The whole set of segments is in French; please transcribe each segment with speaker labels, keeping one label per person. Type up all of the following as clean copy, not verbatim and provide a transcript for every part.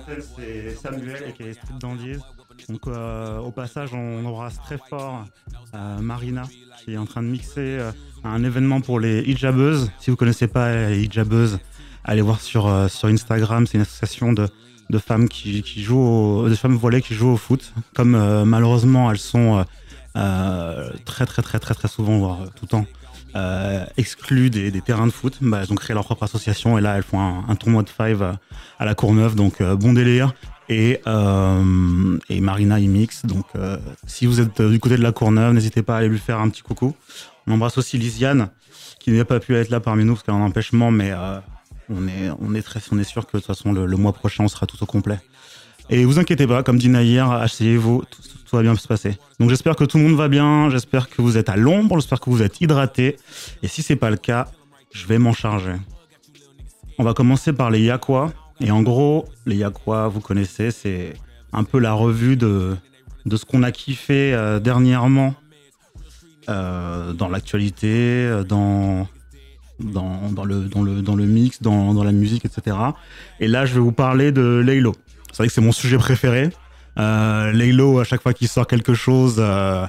Speaker 1: chaîne, c'est Samuel et qui est Street Dandies. Donc, au passage, on embrasse très fort Marina qui est en train de mixer un événement pour les hijabeuses. Si vous connaissez pas les hijabeuses, allez voir sur Instagram. C'est une association de femmes qui jouent de femmes voilées qui jouent au foot. Comme malheureusement elles sont très souvent, voire tout le temps, exclues des terrains de foot, bah, elles ont créé leur propre association et là elles font un tournoi de five à la Courneuve, donc bon délire. Et Marina y mixe, donc si vous êtes du côté de la Courneuve, n'hésitez pas à aller lui faire un petit coucou. On embrasse aussi Lisiane qui n'a pas pu être là parmi nous parce qu'elle a un empêchement, mais on est sûr que de toute façon le mois prochain on sera tout au complet. Et vous inquiétez pas, comme dit Nahir, asseyez-vous, tout va bien se passer. Donc j'espère que tout le monde va bien, j'espère que vous êtes à l'ombre, j'espère que vous êtes hydratés. Et si c'est pas le cas, je vais m'en charger. On va commencer par les Yakwa. Et en gros, les Yakwa, vous connaissez, c'est un peu la revue de ce qu'on a kiffé dernièrement dans l'actualité, dans le mix, dans la musique, etc. Et là, je vais vous parler de Laylo. C'est vrai que c'est mon sujet préféré. Laylo, à chaque fois qu'il sort quelque chose,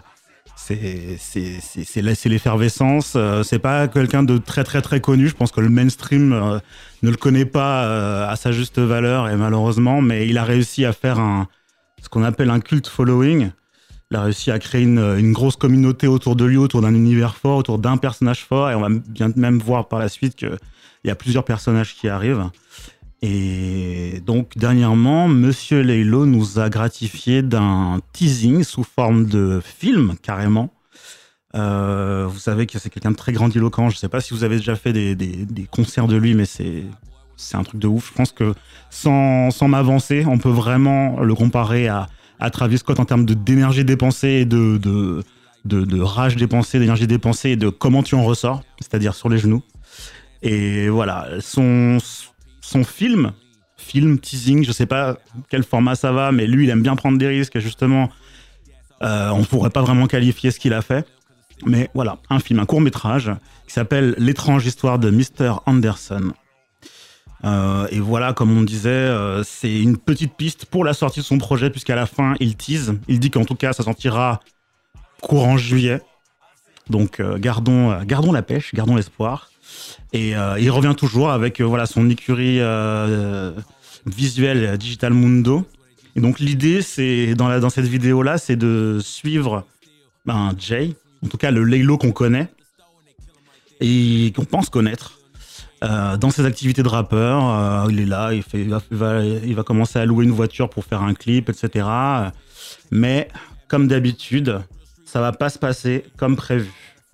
Speaker 1: c'est l'effervescence. C'est pas quelqu'un de très connu. Je pense que le mainstream ne le connaît pas à sa juste valeur, et malheureusement, mais il a réussi à faire ce qu'on appelle un cult following. Il a réussi à créer une grosse communauté autour de lui, autour d'un univers fort, autour d'un personnage fort, et on va bien même voir par la suite qu'il y a plusieurs personnages qui arrivent. Et donc, dernièrement, Monsieur Laylo nous a gratifié d'un teasing sous forme de film, carrément. Vous savez que c'est quelqu'un de très grandiloquent. Je ne sais pas si vous avez déjà fait des concerts de lui, mais c'est un truc de ouf. Je pense que sans m'avancer, on peut vraiment le comparer à Travis Scott en termes d'énergie dépensée et de rage dépensée, d'énergie dépensée et de comment tu en ressors, c'est-à-dire sur les genoux. Et voilà, son film teasing, je sais pas quel format ça va, mais lui il aime bien prendre des risques et justement on pourrait pas vraiment qualifier ce qu'il a fait, mais voilà, un court-métrage qui s'appelle L'étrange histoire de Mr. Anderson. Et voilà, comme on disait, c'est une petite piste pour la sortie de son projet, puisqu'à la fin il tease, il dit qu'en tout cas ça sortira courant juillet, donc gardons la pêche, gardons l'espoir. Et il revient toujours avec voilà son écurie visuelle Digital Mundo. Et donc l'idée, c'est dans cette vidéo là, c'est de suivre Jay, en tout cas le Laylo qu'on connaît et qu'on pense connaître dans ses activités de rappeur. Il est là, il va commencer à louer une voiture pour faire un clip, etc. Mais comme d'habitude, ça va pas se passer comme prévu.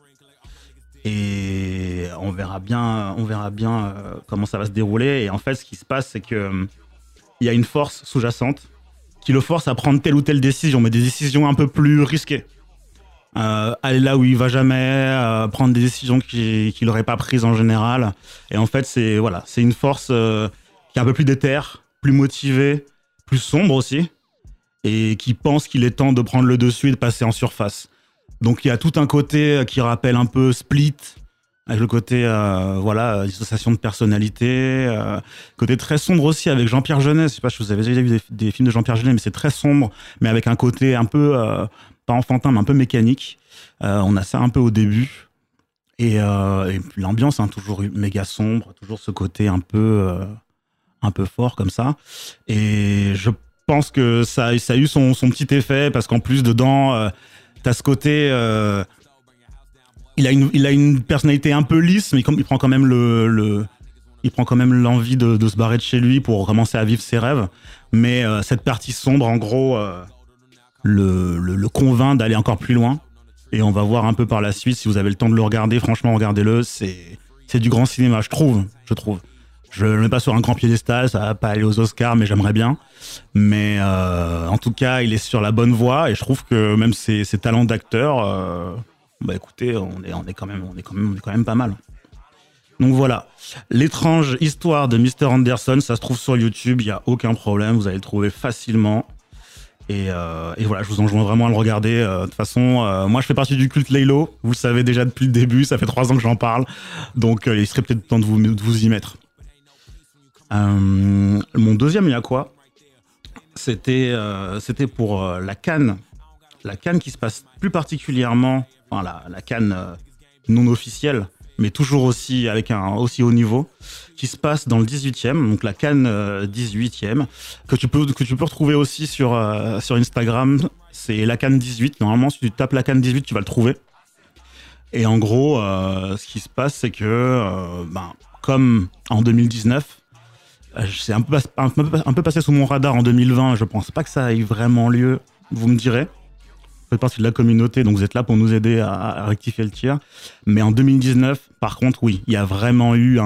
Speaker 1: Et on verra bien comment ça va se dérouler. Et en fait, ce qui se passe, c'est que il y a une force sous-jacente qui le force à prendre telle ou telle décision, mais des décisions un peu plus risquées. Aller là où il va jamais, prendre des décisions qu'il n'aurait pas prises en général. Et en fait, c'est une force qui est un peu plus déterre, plus motivée, plus sombre aussi, et qui pense qu'il est temps de prendre le dessus et de passer en surface. Donc il y a tout un côté qui rappelle un peu Split, avec le côté dissociation de personnalité, côté très sombre aussi avec Jean-Pierre Jeunet. Je sais pas si vous avez déjà vu des films de Jean-Pierre Jeunet, mais c'est très sombre, mais avec un côté un peu pas enfantin, mais un peu mécanique. On a ça un peu au début, et l'ambiance toujours méga sombre, toujours ce côté un peu fort comme ça. Et je pense que ça a eu son petit effet, parce qu'en plus dedans t'as ce côté, il a une personnalité un peu lisse, mais il prend quand même il prend quand même l'envie de se barrer de chez lui pour commencer à vivre ses rêves. Mais cette partie sombre, en gros, le convainc d'aller encore plus loin. Et on va voir un peu par la suite. Si vous avez le temps de le regarder, franchement, regardez-le. C'est du grand cinéma, je trouve. Je ne le mets pas sur un grand piédestal, ça va pas aller aux Oscars, mais j'aimerais bien. Mais en tout cas, il est sur la bonne voie, et je trouve que même ses talents d'acteur, écoutez, on est quand même pas mal. Donc voilà, l'étrange histoire de Mr. Anderson, ça se trouve sur YouTube, il y a aucun problème, vous allez le trouver facilement. Et voilà, je vous enjoins vraiment à le regarder. De toute façon, moi je fais partie du culte Laylo, vous le savez déjà depuis le début, ça fait 3 ans que j'en parle, donc il serait peut-être temps de vous y mettre. Mon deuxième Yakwa, C'était pour la CAN. La CAN qui se passe plus particulièrement, enfin la CAN non officielle, mais toujours aussi avec un aussi haut niveau, qui se passe dans le 18e, donc la CAN 18e, que tu peux retrouver aussi sur Instagram. C'est la CAN 18. Normalement, si tu tapes la CAN 18, tu vas le trouver. Et en gros, ce qui se passe, c'est que, comme en 2019, c'est un peu passé sous mon radar en 2020. Je pense pas que ça ait vraiment lieu. Vous me direz. Vous faites partie de la communauté, donc vous êtes là pour nous aider à rectifier le tir. Mais en 2019, par contre, oui, il y a vraiment eu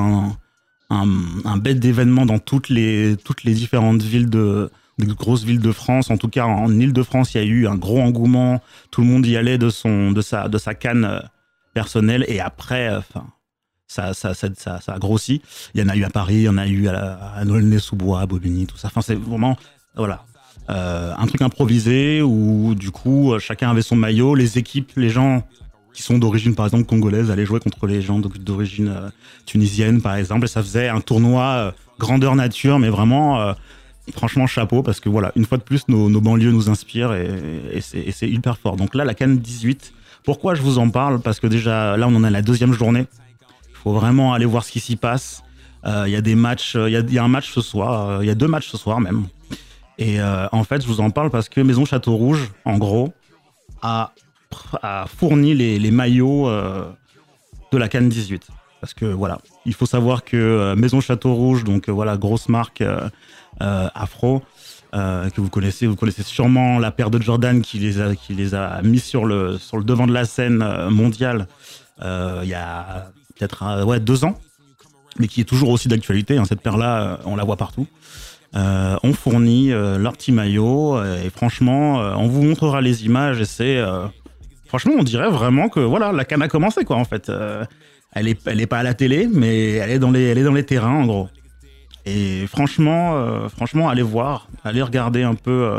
Speaker 1: un bête d'événements dans toutes les différentes villes des grosses villes de France. En tout cas, en Île-de-France, il y a eu un gros engouement. Tout le monde y allait de sa CAN personnelle. Et après, ça a grossi. Il y en a eu à Paris, il y en a eu à Nolay-sous-Bois, à Bobigny, tout ça. Enfin, c'est vraiment, voilà. Un truc improvisé où du coup chacun avait son maillot, les équipes, les gens qui sont d'origine par exemple congolaise allaient jouer contre les gens d'origine tunisienne par exemple, et ça faisait un tournoi grandeur nature, mais vraiment franchement chapeau, parce que voilà, une fois de plus nos banlieues nous inspirent et c'est hyper fort. Donc là la CAN 18, pourquoi je vous en parle? Parce que déjà là on en est à la deuxième journée, il faut vraiment aller voir ce qui s'y passe. Il y a des matchs, il y a un match ce soir, il y a 2 matchs ce soir même. Et en fait, je vous en parle parce que Maison Château Rouge, en gros, a fourni les maillots de la CAN 18. Parce que voilà, il faut savoir que Maison Château Rouge, donc voilà, grosse marque afro, que vous connaissez sûrement la paire de Jordan qui les a mis sur le devant de la scène mondiale il y a peut-être 2 ans, mais qui est toujours aussi d'actualité. Hein, cette paire-là, on la voit partout. On fournit leur petit maillot et franchement on vous montrera les images et c'est franchement on dirait vraiment que voilà, la CAN a commencé quoi en fait. Elle est pas à la télé, mais elle est dans les terrains en gros. Et franchement allez voir, allez regarder un peu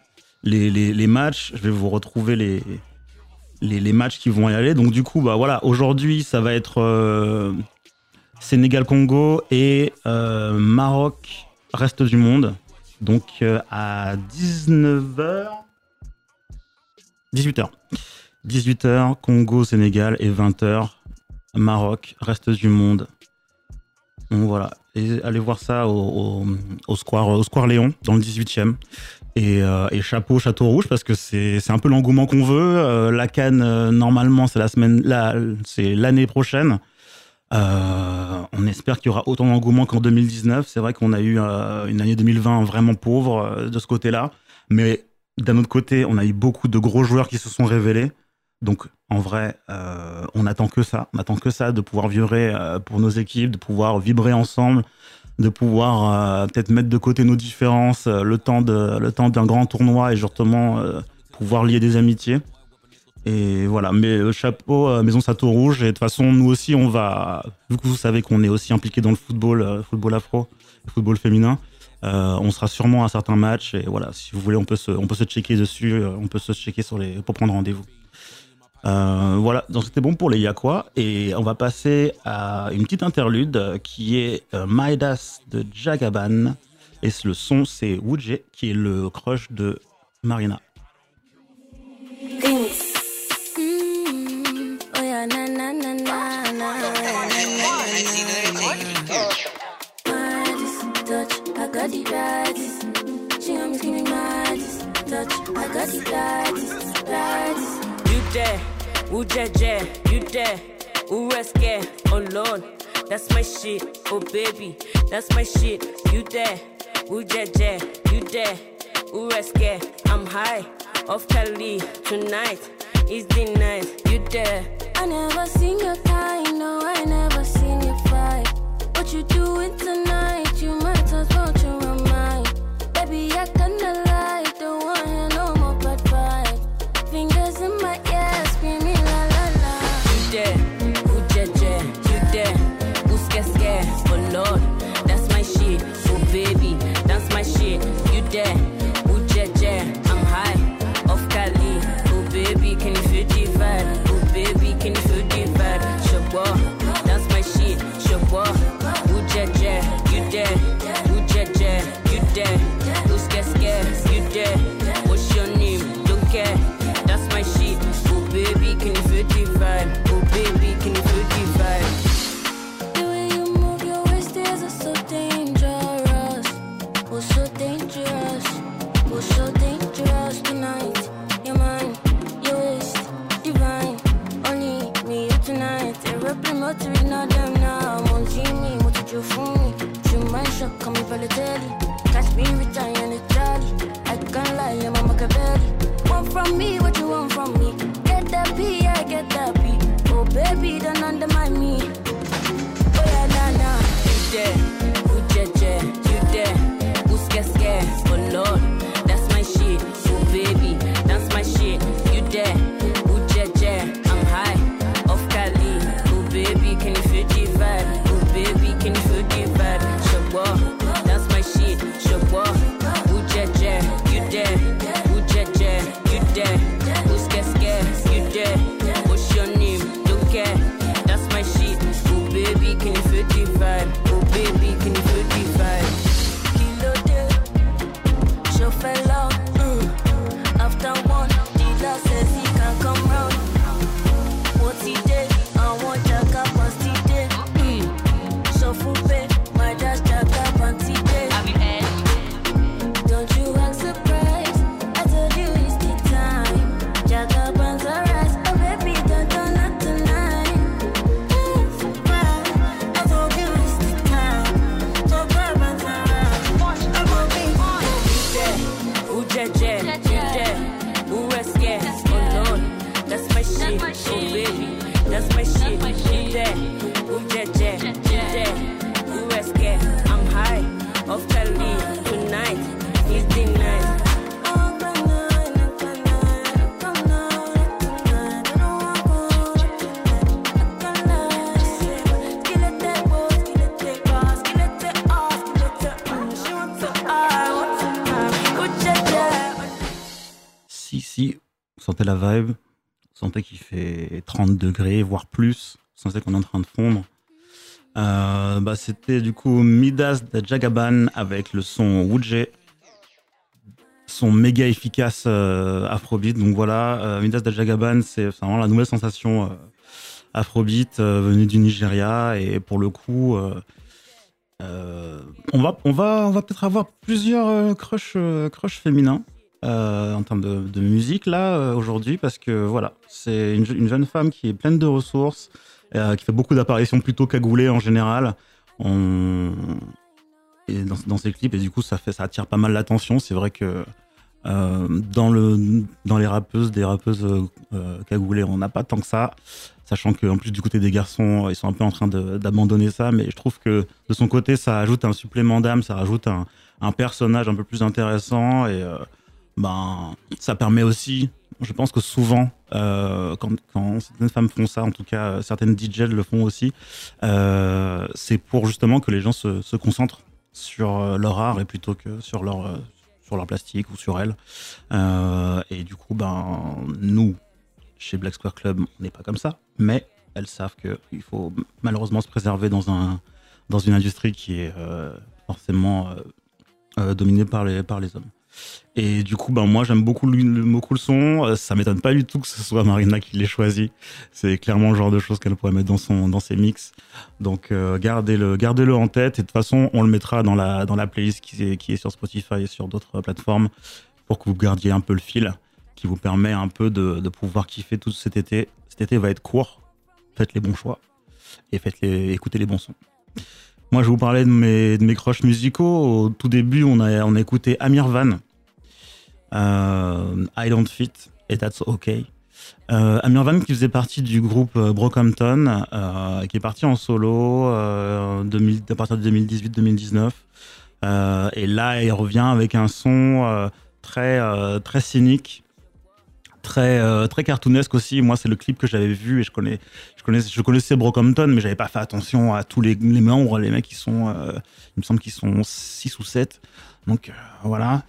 Speaker 1: les matchs. Je vais vous retrouver les matchs qui vont y aller. Donc du coup voilà, aujourd'hui ça va être Sénégal-Congo et Maroc reste du monde, donc à 18h Congo, Sénégal, et 20h Maroc, reste du monde. Donc voilà, et allez voir ça au Square Léon dans le 18e. Et chapeau Château Rouge, parce que c'est un peu l'engouement qu'on veut. La CAN normalement c'est c'est l'année prochaine. On espère qu'il y aura autant d'engouement qu'en 2019. C'est vrai qu'on a eu une année 2020 vraiment pauvre de ce côté-là, mais d'un autre côté, on a eu beaucoup de gros joueurs qui se sont révélés. Donc, en vrai, on attend que ça. On attend que ça, de pouvoir vibrer pour nos équipes, de pouvoir vibrer ensemble, de pouvoir peut-être mettre de côté nos différences, le temps d'un grand tournoi et justement pouvoir lier des amitiés. Et voilà, mais chapeau Maison Château Rouge. Et de toute façon, nous aussi, on va, vu que vous savez qu'on est aussi impliqué dans le football afro, le football féminin, on sera sûrement à certains matchs. Et voilà, si vous voulez, on peut se checker dessus, on peut se checker pour prendre rendez-vous. Voilà, donc c'était bon pour les Yaquois. Et on va passer à une petite interlude qui est Midas de Jagaban. Et le son, c'est Wuje, qui est le crush de Marina.
Speaker 2: I got the rights. She got me screaming rights. Touch, I got the rights. You there, who there, you there, who rescue, oh Lord, that's my shit, oh baby, that's my shit. You there, who there, you there, who rescue, I'm high, off Cali tonight, is the night. You there, I never seen your kind, no, I never seen you fight. What you doing tonight? You might as well change my mind. Baby, I kinda like, don't want to no more bad vibe. Fingers in my ear, screaming la la la. You there, who there, you there, who scared, oh Lord, that's my shit, oh baby, that's my shit. You there, who there, I'm high, off Cali, oh baby, can you feel the vibe? Oh baby, can you feel the vibe? Shabba, that's my shit, Shabba. Yeah.
Speaker 1: ici, vous sentez la vibe, vous sentez qu'il fait 30 degrés, voire plus, vous sentez qu'on est en train de fondre. C'était du coup Midas de Jagaban avec le son Wujé, son méga efficace Afrobeat. Donc voilà, Midas de Jagaban, c'est vraiment la nouvelle sensation Afrobeat venue du Nigeria. Et pour le coup, on va peut-être avoir plusieurs crushs féminins en termes de musique là aujourd'hui, parce que voilà, c'est une jeune femme qui est pleine de ressources, qui fait beaucoup d'apparitions plutôt cagoulées en général. Et dans ses clips, et du coup ça attire pas mal l'attention. C'est vrai que dans les rappeuses, des rappeuses cagoulées, on n'a pas tant que ça, sachant qu'en plus du côté des garçons, ils sont un peu en train d'abandonner ça, mais je trouve que de son côté, ça ajoute un supplément d'âme, ça rajoute un personnage un peu plus intéressant, et ça permet aussi, je pense que souvent, quand certaines femmes font ça, en tout cas certaines DJ le font aussi, c'est pour justement que les gens se concentrent sur leur art et plutôt que sur leur plastique ou sur elles. Et du coup, nous, chez Black Square Club, on n'est pas comme ça, mais elles savent qu'il faut malheureusement se préserver dans une industrie qui est forcément dominée par les hommes. Et du coup, moi, j'aime beaucoup le son. Ça m'étonne pas du tout que ce soit Marina qui l'ait choisi. C'est clairement le genre de choses qu'elle pourrait mettre dans ses mix. Donc, gardez-le en tête. Et de toute façon, on le mettra dans la playlist qui est sur Spotify et sur d'autres plateformes pour que vous gardiez un peu le fil, qui vous permet un peu de pouvoir kiffer tout cet été. Cet été va être court. Faites les bons choix et écoutez les bons sons. Moi, je vais vous parler de mes crushs musicaux. Au tout début, on a écouté Amir Van. I Don't Fit et That's OK. Amir Van qui faisait partie du groupe Brockhampton, qui est parti en solo à partir de 2018-2019. Et là, il revient avec un son très cynique, très cartoonesque aussi. Moi, c'est le clip que j'avais vu et je connaissais Brockhampton, mais j'avais pas fait attention à tous les membres. Les mecs, il me semble qu'ils sont 6 ou 7. Donc voilà.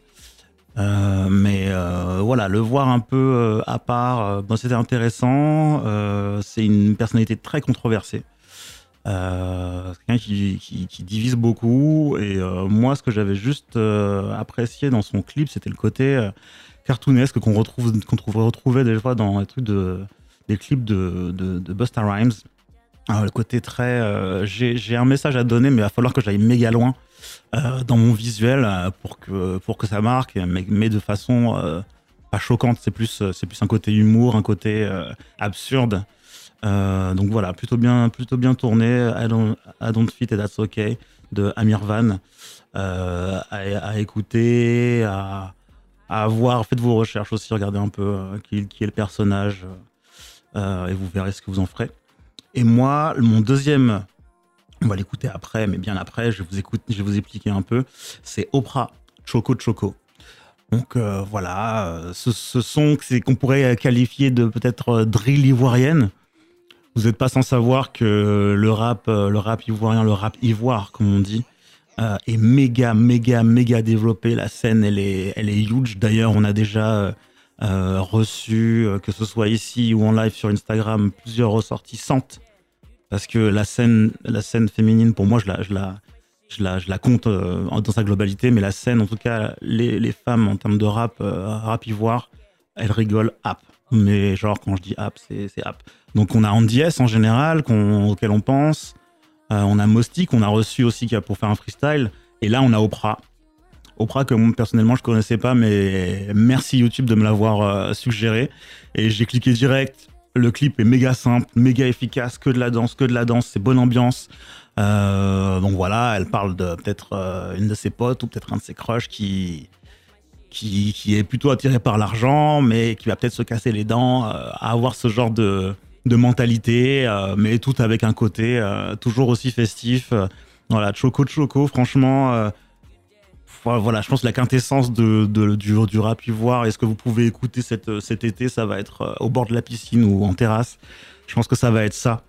Speaker 1: Voilà, le voir un peu à part, c'était intéressant. C'est une personnalité très controversée. Quelqu'un qui divise beaucoup. Et moi, ce que j'avais juste apprécié dans son clip, c'était le côté cartoonesque qu'on retrouvait des fois dans des clips de Busta Rhymes. Le côté très... j'ai un message à donner, mais il va falloir que j'aille méga loin dans mon visuel pour que ça marque, mais de façon pas choquante. C'est plus un côté humour, un côté absurde. Donc voilà, plutôt bien tourné. I Don't Fit et That's OK de Amir Van. À écouter, à voir. Faites vos recherches aussi, regardez un peu qui est le personnage et vous verrez ce que vous en ferez. Et moi, mon deuxième, on va l'écouter après, mais bien après, je vais vous expliquer un peu, c'est Oprah, Choco Choco. Donc voilà, ce son qu'on pourrait qualifier de peut-être drill ivoirienne. Vous n'êtes pas sans savoir que le rap ivoirien, le rap ivoire, comme on dit, est méga développé. La scène, elle est huge. D'ailleurs, on a déjà reçu, que ce soit ici ou en live sur Instagram, plusieurs ressortissantes. Parce que la scène féminine, pour moi, je la compte dans sa globalité, mais la scène, en tout cas, les femmes en termes de rap ivoire, elles rigolent app. Mais genre, quand je dis app, c'est app. Donc on a Andy S en général, auquel on pense. On a Mosty, qu'on a reçu aussi pour faire un freestyle. Et là, on a Oprah. Oprah que moi, personnellement, je connaissais pas, mais merci YouTube de me l'avoir suggéré. Et j'ai cliqué direct. Le clip est méga simple, méga efficace, que de la danse, c'est bonne ambiance. Donc voilà, elle parle de peut-être une de ses potes ou peut-être un de ses crushs qui est plutôt attiré par l'argent, mais qui va peut-être se casser les dents à avoir ce genre de mentalité, mais tout avec un côté toujours aussi festif. Voilà, Choco Choco, franchement... Voilà, je pense que la quintessence du rap ivoire, est-ce que vous pouvez écouter cet été, ça va être au bord de la piscine ou en terrasse. Je pense que ça va être ça.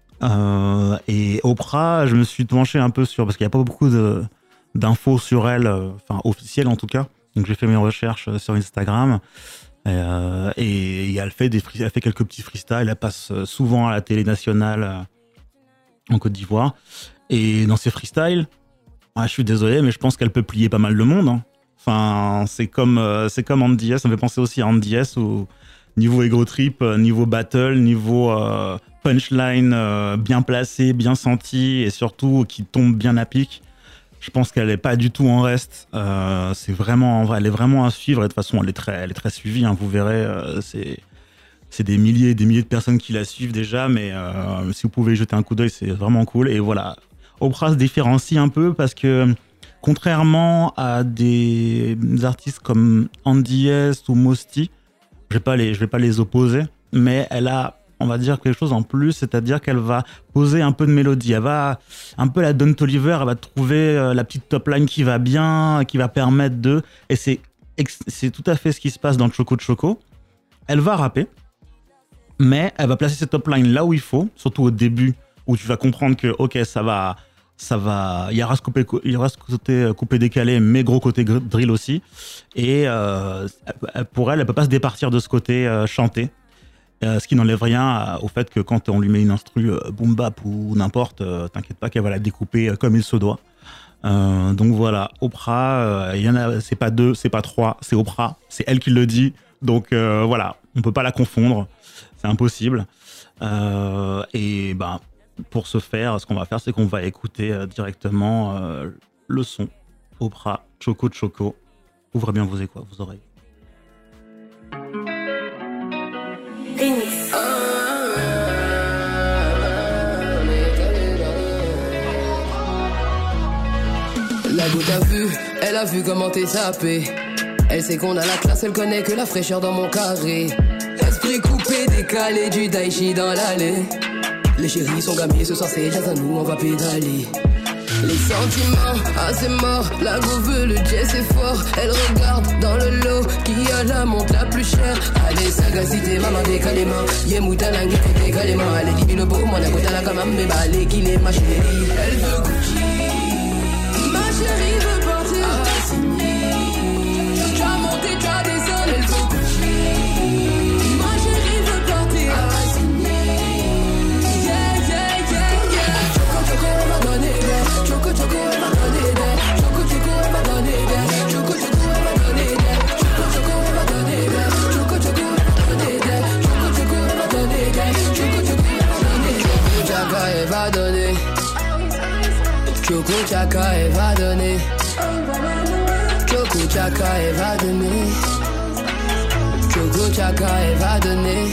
Speaker 1: Et Oprah, je me suis penché un peu parce qu'il n'y a pas beaucoup d'infos sur elle, enfin officielles en tout cas. Donc j'ai fait mes recherches sur Instagram. Et elle fait quelques petits freestyles. Elle passe souvent à la télé nationale en Côte d'Ivoire. Et dans ses freestyles, je suis désolé, mais je pense qu'elle peut plier pas mal le monde. Hein. Enfin, c'est comme Andy S. Ça me fait penser aussi à Andy S. Où niveau ego trip, niveau battle, niveau punchline bien placé, bien senti et surtout qui tombe bien à pic. Je pense qu'elle est pas du tout en reste. C'est vraiment, en vrai, elle est vraiment à suivre. Et de toute façon, elle est très suivie. Hein, vous verrez, c'est des milliers et des milliers de personnes qui la suivent déjà. Mais si vous pouvez y jeter un coup d'œil, c'est vraiment cool. Et voilà, Oprah se différencie un peu parce que contrairement à des artistes comme Andy S ou Mosty, je vais pas les opposer, mais elle a, on va dire, quelque chose en plus, c'est-à-dire qu'elle va poser un peu de mélodie. Elle va, un peu la Don Toliver, elle va trouver la petite top line qui va bien, qui va permettre de... Et c'est tout à fait ce qui se passe dans Choco Choco. Elle va rapper, mais elle va placer cette top line là où il faut, surtout au début, où tu vas comprendre que, ok, ça va, il y aura ce côté coupé décalé, mais gros côté drill aussi. Et pour elle peut pas se départir de ce côté chanté. Ce qui n'enlève rien au fait que quand on lui met une instru boom bap ou n'importe, t'inquiète pas qu'elle va la découper comme il se doit. Donc voilà, Oprah, il y en a, c'est pas deux, c'est pas trois, c'est Oprah, c'est elle qui le dit. Donc voilà, on peut pas la confondre, c'est impossible. Et ben pour ce faire, ce qu'on va faire, c'est qu'on va écouter directement le son Oprah Choco Choco. Ouvrez bien vos oreilles.
Speaker 3: La goutte elle a vu comment t'es sapé. Elle sait qu'on a la classe, elle connaît que la fraîcheur dans mon carré. Esprit coupé, décalé, du daichi dans l'allée. Les chéris sont gamés, ce soir c'est jazz à nous, on va pédaler. Les sentiments, c'est mort, la go veut le jazz c'est fort. Elle regarde dans le lot, qui a la montre la plus chère. Allez, sagacité, maman décalément. Yé mouta langue, décalément. Allez, dis le beau, mon écoute la camam, mais balé, qu'il est ma chérie. Elle veut Gucci. Ma chérie veut partir. Tu as monté, tu as descendu. Elle veut Gucci. Ma chérie veut partir. Yeah, yeah, yeah, yeah. Choco, choco, elle m'a donné des. Choco, choco, elle m'a donné des. Choco, choco, elle m'a donné des. Choco, choco, elle m'a donné des. Choco, choco, elle m'a donné des. Choco, choco, elle m'a donné des. Choco, choco, elle m'a donné des. Choco, choco, elle m'a donné des. Choco, chaka, elle va donner. Choco, chaka, elle va donner. Choco, chaka, elle va donner. Choco, chaka, elle va donner.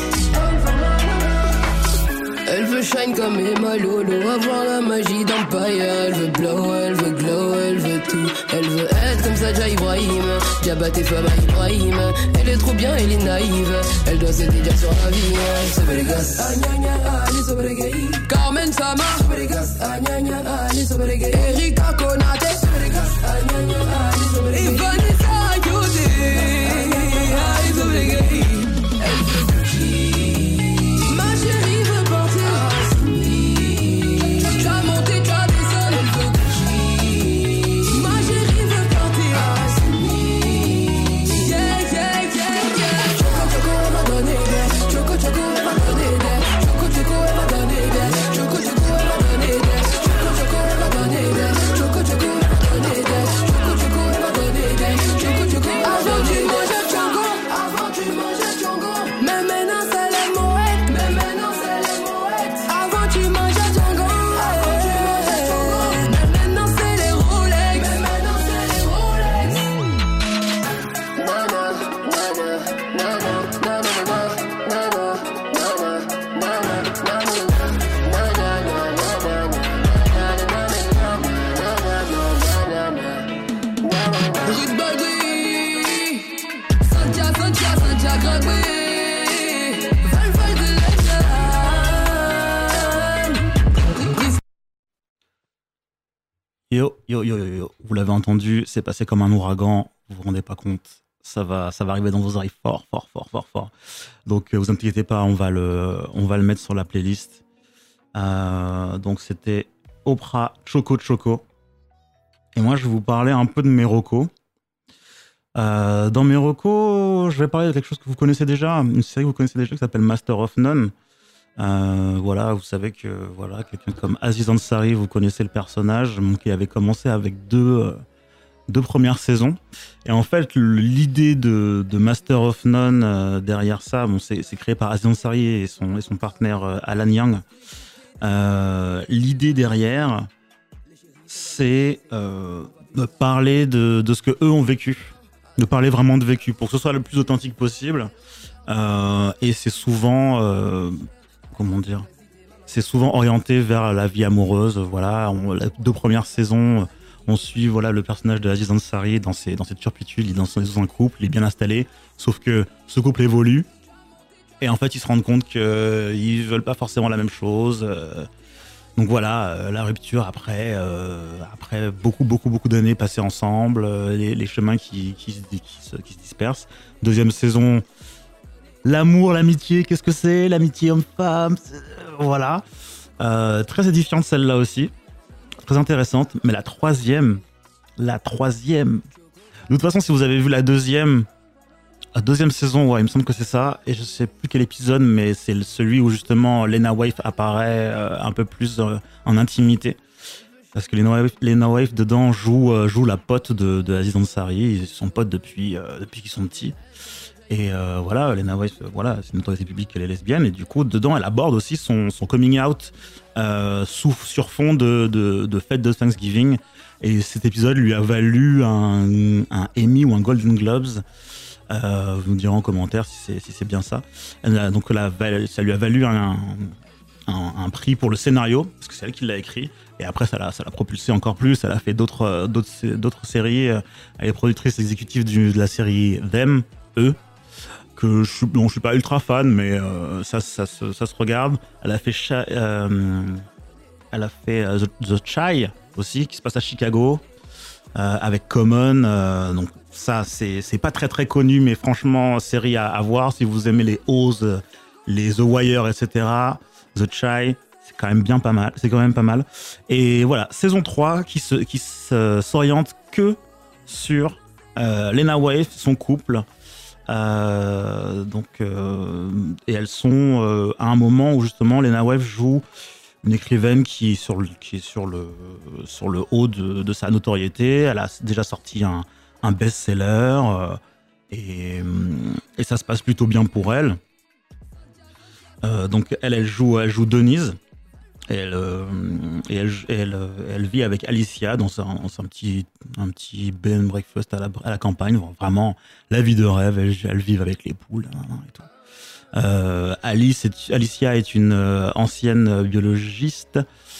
Speaker 3: Elle veut shine comme Emma Lolo, avoir la magie d'Empire. Elle veut blow, elle veut glow, elle veut tout. Elle veut être comme Saja Ibrahim, Diaba tes femmes à Ibrahim. Elle est trop bien, elle est naïve. Elle doit se dire sur la vie. Sauve les gosses, gna gna, allez sauve les gays. Carmen Sama, sauve les gosses, gna gna, allez sauve les gays. Erika Konate, sauve les gosses, gna gna, allez sauve les gays. Et Vanessa Ayodé, allez sauve les gays. Elle veut Gucci. Ma chérie veut partir. Tu as monté, tu as descendu. Elle veut Gucci. Ma chérie veut partir. Yeah, yeah, yeah, yeah. Choco, choco, elle m'a donné des. Choco, choco, elle m'a donné des. Choco, choco, elle m'a donné des. Choco, choco, elle m'a donné des. Choco, choco, elle m'a donné des. Choco, choco, elle m'a donné des. Choco, choco, elle m'a donné des. Choco, choco. Avant tu mangeais Django. Avant tu mangeais Django. Mais maintenant c'est les moettes. Mais maintenant c'est les moettes. Avant tu mangeais Django. Avant tu mangeais Django. Mais maintenant c'est les Rolex. Mais maintenant c'est les Rolex. Nana, nana, nana, nana, nana, Ruth Balgui, Santia, Santia, Santia Gragui, Val Val de la
Speaker 1: Yo, yo, yo, yo, yo. Vous l'avez entendu, c'est passé comme un ouragan. Vous vous rendez pas compte. Ça va arriver dans vos oreilles fort, fort, fort, fort, fort. Donc, vous inquiétez pas, on va le mettre sur la playlist. Donc, c'était Oprah Choco Choco. Et moi, je vais vous parler un peu de mes recos. Dans mes recos, je vais parler de quelque chose que vous connaissez déjà, une série que vous connaissez déjà qui s'appelle Master of None. Voilà, vous savez que voilà, quelqu'un comme Aziz Ansari, vous connaissez le personnage, qui avait commencé avec deux premières saisons. Et en fait, l'idée de Master of None derrière ça, bon, c'est créé par Aziz Ansari et son partenaire Alan Young. L'idée derrière, c'est de parler de ce que eux ont vécu, de parler vraiment de vécu, pour que ce soit le plus authentique possible. Et c'est souvent, comment dire, c'est souvent orienté vers la vie amoureuse. Voilà, les 2 premières saisons, on suit voilà le personnage de Aziz Ansari dans cette turpitude. Il est dans un couple, il est bien installé, sauf que ce couple évolue. Et en fait, ils se rendent compte qu'ils veulent pas forcément la même chose. Donc voilà, la rupture après beaucoup d'années passées ensemble, les chemins qui se dispersent. 2e saison, l'amour, l'amitié, qu'est-ce que c'est? L'amitié homme-femme, voilà. Très édifiante celle-là aussi, très intéressante. Mais la troisième, de toute façon, si vous avez vu la deuxième saison, ouais, il me semble que c'est ça, et je sais plus quel épisode, mais c'est celui où justement Lena Waithe apparaît un peu plus en intimité, parce que Lena Waithe dedans joue la pote de Aziz Ansari. Ils sont potes depuis qu'ils sont petits, et voilà, Lena Waithe, voilà, c'est une notoriété publique qu'elle est lesbienne, et du coup dedans elle aborde aussi son coming out sur fond de fête de Thanksgiving, et cet épisode lui a valu un Emmy ou un Golden Globes. Vous me direz en commentaire si c'est bien ça. Donc ça lui a valu un prix pour le scénario, parce que c'est elle qui l'a écrit. Et après, ça l'a propulsé encore plus. Elle a fait d'autres séries. Elle est productrice exécutive de la série Them, que je suis pas ultra fan, mais ça se regarde. Elle a fait The Chi aussi, qui se passe à Chicago, avec Common. Donc ça, c'est pas très très connu, mais franchement, série à voir si vous aimez les Oz, les The Wire, etc. The Chi, c'est quand même pas mal. Et voilà, saison 3 qui s'oriente que sur Lena Waithe, son couple. Et elles sont à un moment où justement Lena Waithe joue une écrivaine qui est sur le haut de sa notoriété. Elle a déjà sorti un best-seller, et ça se passe plutôt bien pour elle. Donc elle joue Denise, et elle vit avec Alicia dans un petit bed and breakfast à la campagne. Vraiment la vie de rêve. Elle vit avec les poules et tout. Alicia est une ancienne biologiste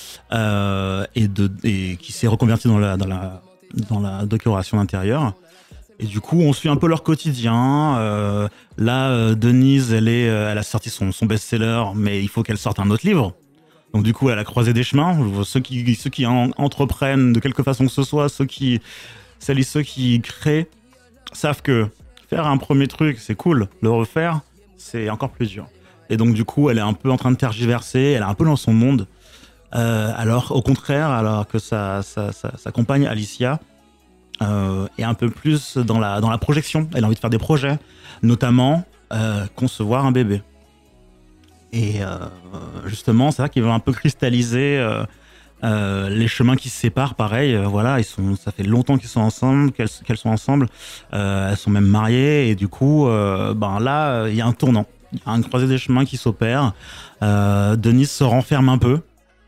Speaker 1: et qui s'est reconvertie dans la décoration d'intérieur. Et du coup, on suit un peu leur quotidien. Denise, elle a sorti son best-seller, mais il faut qu'elle sorte un autre livre. Donc du coup, elle a croisé des chemins. Ceux qui entreprennent de quelque façon que ce soit, celles et ceux qui créent, savent que faire un premier truc, c'est cool. Le refaire, c'est encore plus dur. Et donc du coup, elle est un peu en train de tergiverser. Elle est un peu dans son monde. Au contraire, alors que sa compagne Alicia est un peu plus dans la projection. Elle a envie de faire des projets, notamment concevoir un bébé. Et justement, c'est ça qui va un peu cristalliser les chemins qui se séparent. Pareil, voilà, ça fait longtemps qu'ils sont ensemble, qu'elles sont ensemble. Elles sont même mariées, et du coup, là, il y a un tournant. Il y a un croisé des chemins qui s'opère. Denise se renferme un peu.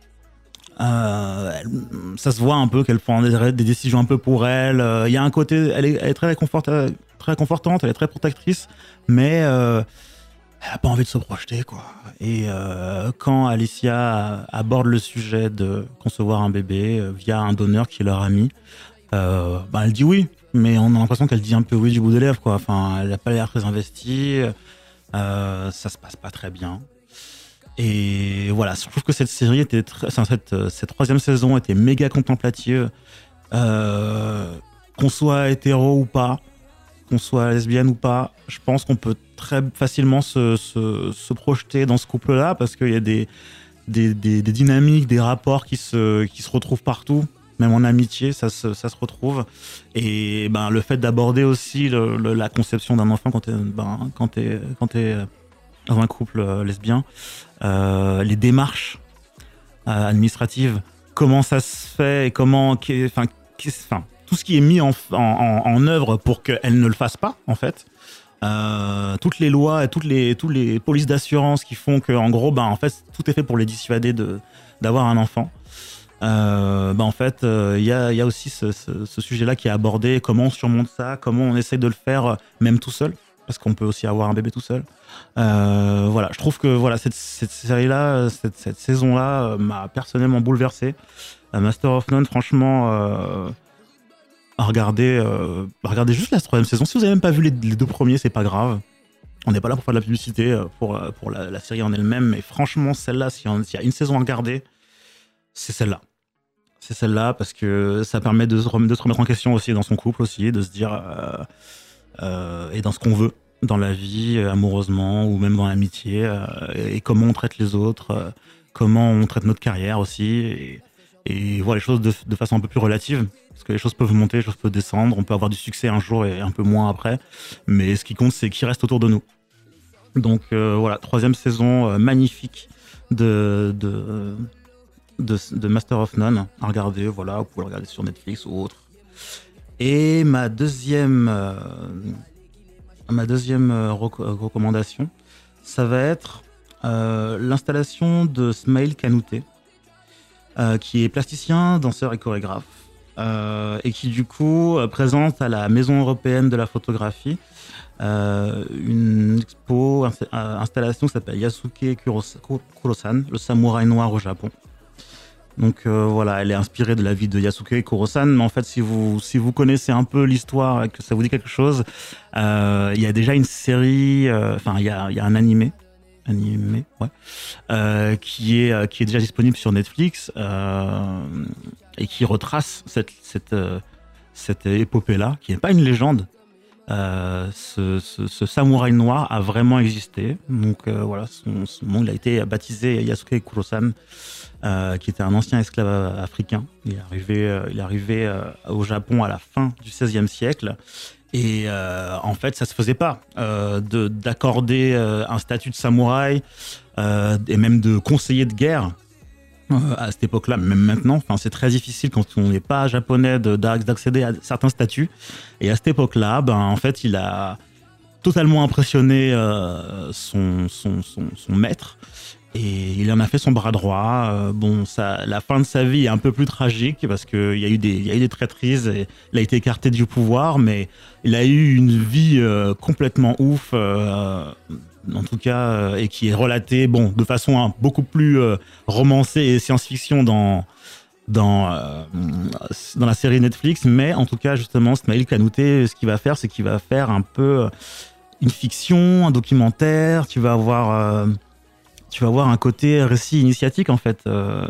Speaker 1: Ça se voit un peu qu'elle prend des décisions un peu pour elle. Il y a un côté, elle est très réconfortante, elle est très protectrice, mais elle a pas envie de se projeter, quoi. Et quand Alicia aborde le sujet de concevoir un bébé via un donneur qui est leur ami, elle dit oui, mais on a l'impression qu'elle dit un peu oui du bout des lèvres, quoi. Enfin, elle a pas l'air très investie. Ça se passe pas très bien. Et voilà, je trouve que cette série cette 3e saison était méga contemplative. Qu'on soit hétéro ou pas, qu'on soit lesbienne ou pas, je pense qu'on peut très facilement se projeter dans ce couple-là, parce qu'il y a des dynamiques, des rapports qui se retrouvent partout. même en amitié, ça se retrouve. Et ben, le fait d'aborder aussi la conception d'un enfant quand t'es dans un couple lesbien, les démarches administratives, comment ça se fait et tout ce qui est mis en œuvre pour qu'elle ne le fasse pas, en fait. Toutes les lois et toutes les polices d'assurance qui font que, en gros, en fait, tout est fait pour les dissuader d'avoir un enfant. En fait, il y a aussi ce sujet-là qui est abordé. Comment on surmonte ça? Comment on essaie de le faire même tout seul? Parce qu'on peut aussi avoir un bébé tout seul. Voilà, je trouve que voilà, cette série-là, cette saison-là m'a personnellement bouleversé. Master of None, franchement, regardez juste la 3e saison. Si vous n'avez même pas vu les 2 premiers, c'est pas grave. On n'est pas là pour faire de la publicité pour la série en elle-même, mais franchement, celle-là, s'il y a une saison à regarder, c'est celle-là. C'est celle-là parce que ça permet de se remettre en question aussi dans son couple aussi, de se dire et dans ce qu'on veut dans la vie, amoureusement ou même dans l'amitié, et comment on traite les autres, comment on traite notre carrière aussi, et voir les choses de façon un peu plus relative, parce que les choses peuvent monter, les choses peuvent descendre, on peut avoir du succès un jour et un peu moins après, mais ce qui compte, c'est qui reste autour de nous. Donc voilà, 3e saison magnifique de Master of None à regarder, voilà, vous pouvez le regarder sur Netflix ou autre. Et ma deuxième recommandation, ça va être l'installation de Smaïl Kanouté, qui est plasticien, danseur et chorégraphe, et qui du coup présente à la Maison européenne de la photographie une installation qui s'appelle Yasuke Kurosan, le samouraï noir au Japon. Donc voilà, elle est inspirée de la vie de Yasuke Kurosan, mais en fait si vous connaissez un peu l'histoire et que ça vous dit quelque chose, il y a déjà une série, il y a un animé, ouais, qui est déjà disponible sur Netflix, et qui retrace cette épopée-là, qui n'est pas une légende. Ce samouraï noir a vraiment existé. Donc voilà, son nom, il a été baptisé Yasuke Kurosan, qui était un ancien esclave africain. Il est arrivé au Japon à la fin du XVIe siècle. Et en fait, ça se faisait pas d'accorder un statut de samouraï et même de conseiller de guerre à cette époque-là, même maintenant. Enfin, c'est très difficile quand on n'est pas japonais d'accéder à certains statuts. Et à cette époque-là, en fait, il a totalement impressionné son maître. Et il en a fait son bras droit. La fin de sa vie est un peu plus tragique parce qu'il y a eu des traîtrises et il a été écarté du pouvoir, mais il a eu une vie complètement ouf, en tout cas, et qui est relatée de façon beaucoup plus romancée et science-fiction dans la série Netflix. Mais en tout cas, justement, Smaïl Kanouté, ce qu'il va faire, c'est qu'il va faire un peu une fiction, un documentaire. Tu vas avoir un côté récit initiatique, en fait.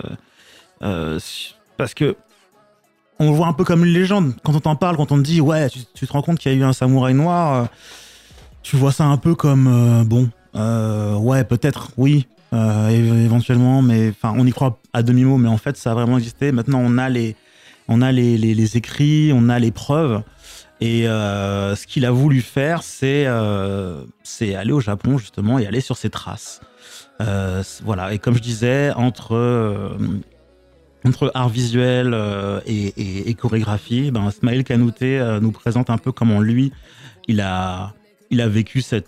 Speaker 1: Parce que on le voit un peu comme une légende. Quand on t'en parle, quand on te dit, ouais, tu te rends compte qu'il y a eu un samouraï noir, tu vois ça un peu comme, ouais, peut-être, oui, éventuellement, mais on y croit à demi-mot, mais en fait, ça a vraiment existé. Maintenant, on a les écrits, on a les preuves. Et ce qu'il a voulu faire, c'est aller au Japon, justement, et aller sur ses traces. Voilà, et comme je disais, entre art visuel et chorégraphie, Smaïl Kanouté nous présente un peu comment lui, il a vécu ce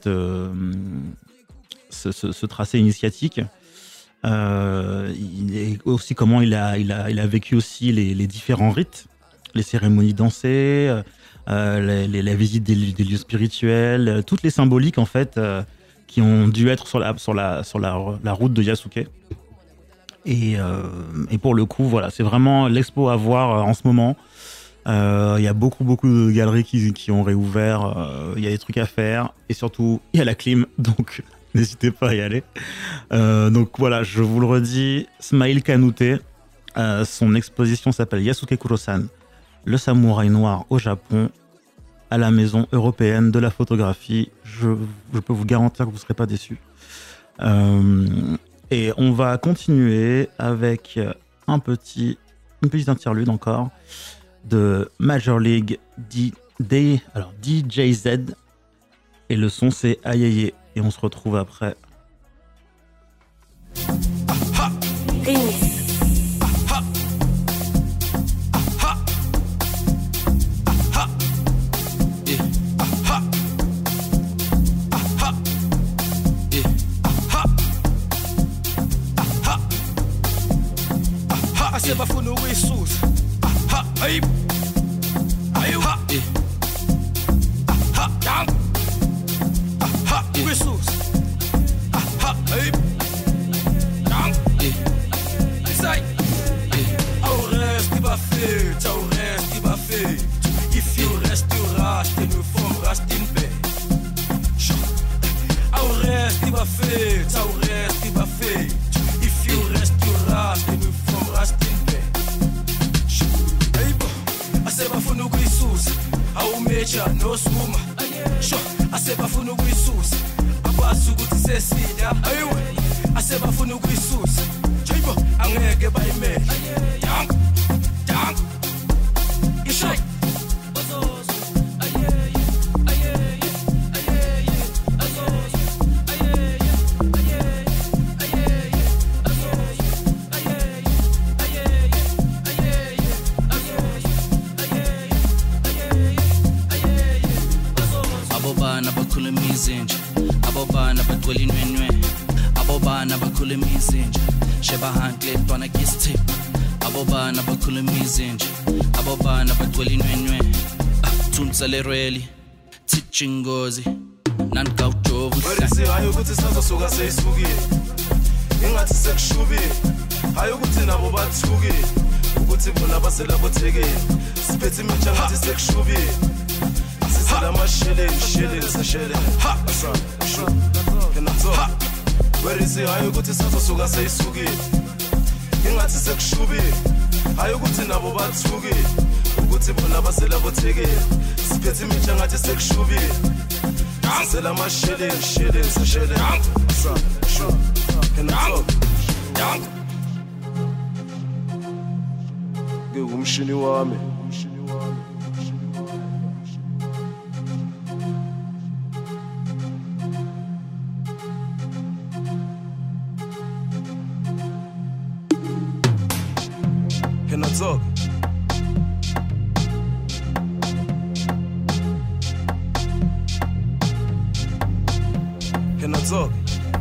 Speaker 1: tracé initiatique. Aussi comment il a vécu aussi les différents rites, les cérémonies dansées, la visite des lieux spirituels, toutes les symboliques en fait qui ont dû être sur la route de Yasuke. Et pour le coup, voilà, c'est vraiment l'expo à voir en ce moment. Il y a beaucoup de galeries qui ont réouvert. Il y a des trucs à faire et surtout il y a la clim, donc n'hésitez pas à y aller. Donc voilà, je vous le redis, Smaïl Kanouté, son exposition s'appelle Yasuke Kurosan, le samouraï noir au Japon, à la Maison européenne de la photographie. Je peux vous garantir que vous ne serez pas déçus. Et on va continuer avec un petit une petite interlude encore de Major League DJZ. Et le son, c'est Aïe Aïe. Et on se retrouve après.
Speaker 4: Bafuna ukuyisusa hey ayo ha ha down ha ukuyisusa ha hey down say au reste qui va faire if you reste tu restes nous font rester en paix au reste qui va faire if you reste tu restes nous font rester asebafuna ukuyisusa awumeja nosuma sho asebafuna ukuyisusa akwazi ukuthi sesida ayiwe asebafuna ukuyisusa jibo angeke bayimele dang dang ishay abobana bagcwele inwenwe abobana bakhuluma izinja shebahantle ntwana kistip abobana bakhuluma izinja abobana bagcwele inwenwe thunselerweli thichingozi nankawujovu
Speaker 5: bese hayo ukuthi sazosuka seyisukile ingathi sekushubile hayo ukuthi nabo bathuke ukuthi bona baselabothekile siphethe iminja ngathi sekushubile Salama shilling, sashele. Ha, sure. Can I talk? Where is it? Hayo kuti sazosuka seyisukile. Ingathi sekushubile. Hayo kuti nabo bathuke. Ukuthi bona baselabothekile. Siphethe iminja ngathi sekushubile. Salama shilling, sashele. Sure. Can I talk? Ngumshini wami. Can I talk? Can I talk?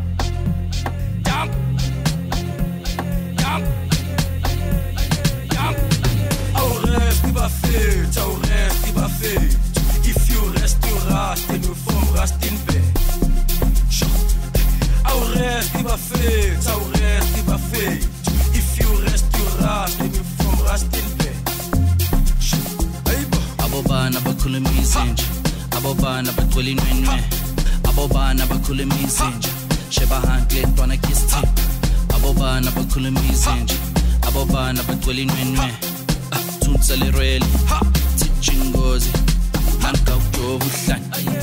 Speaker 5: Au reste qui va faire. If you reste, tu restes et nous font rester en paix. Au reste qui va faire. If you reste, tu restes et nous font rester en paix. Abobana bakhuluma izinja abobana bagcwele inwenwe abobana bakhuluma izinja shebahantle ntwana kistip abobana bakhuluma izinja abobana bagcwele inwenwe thunselerweli thichingozi nankawujovu hlanye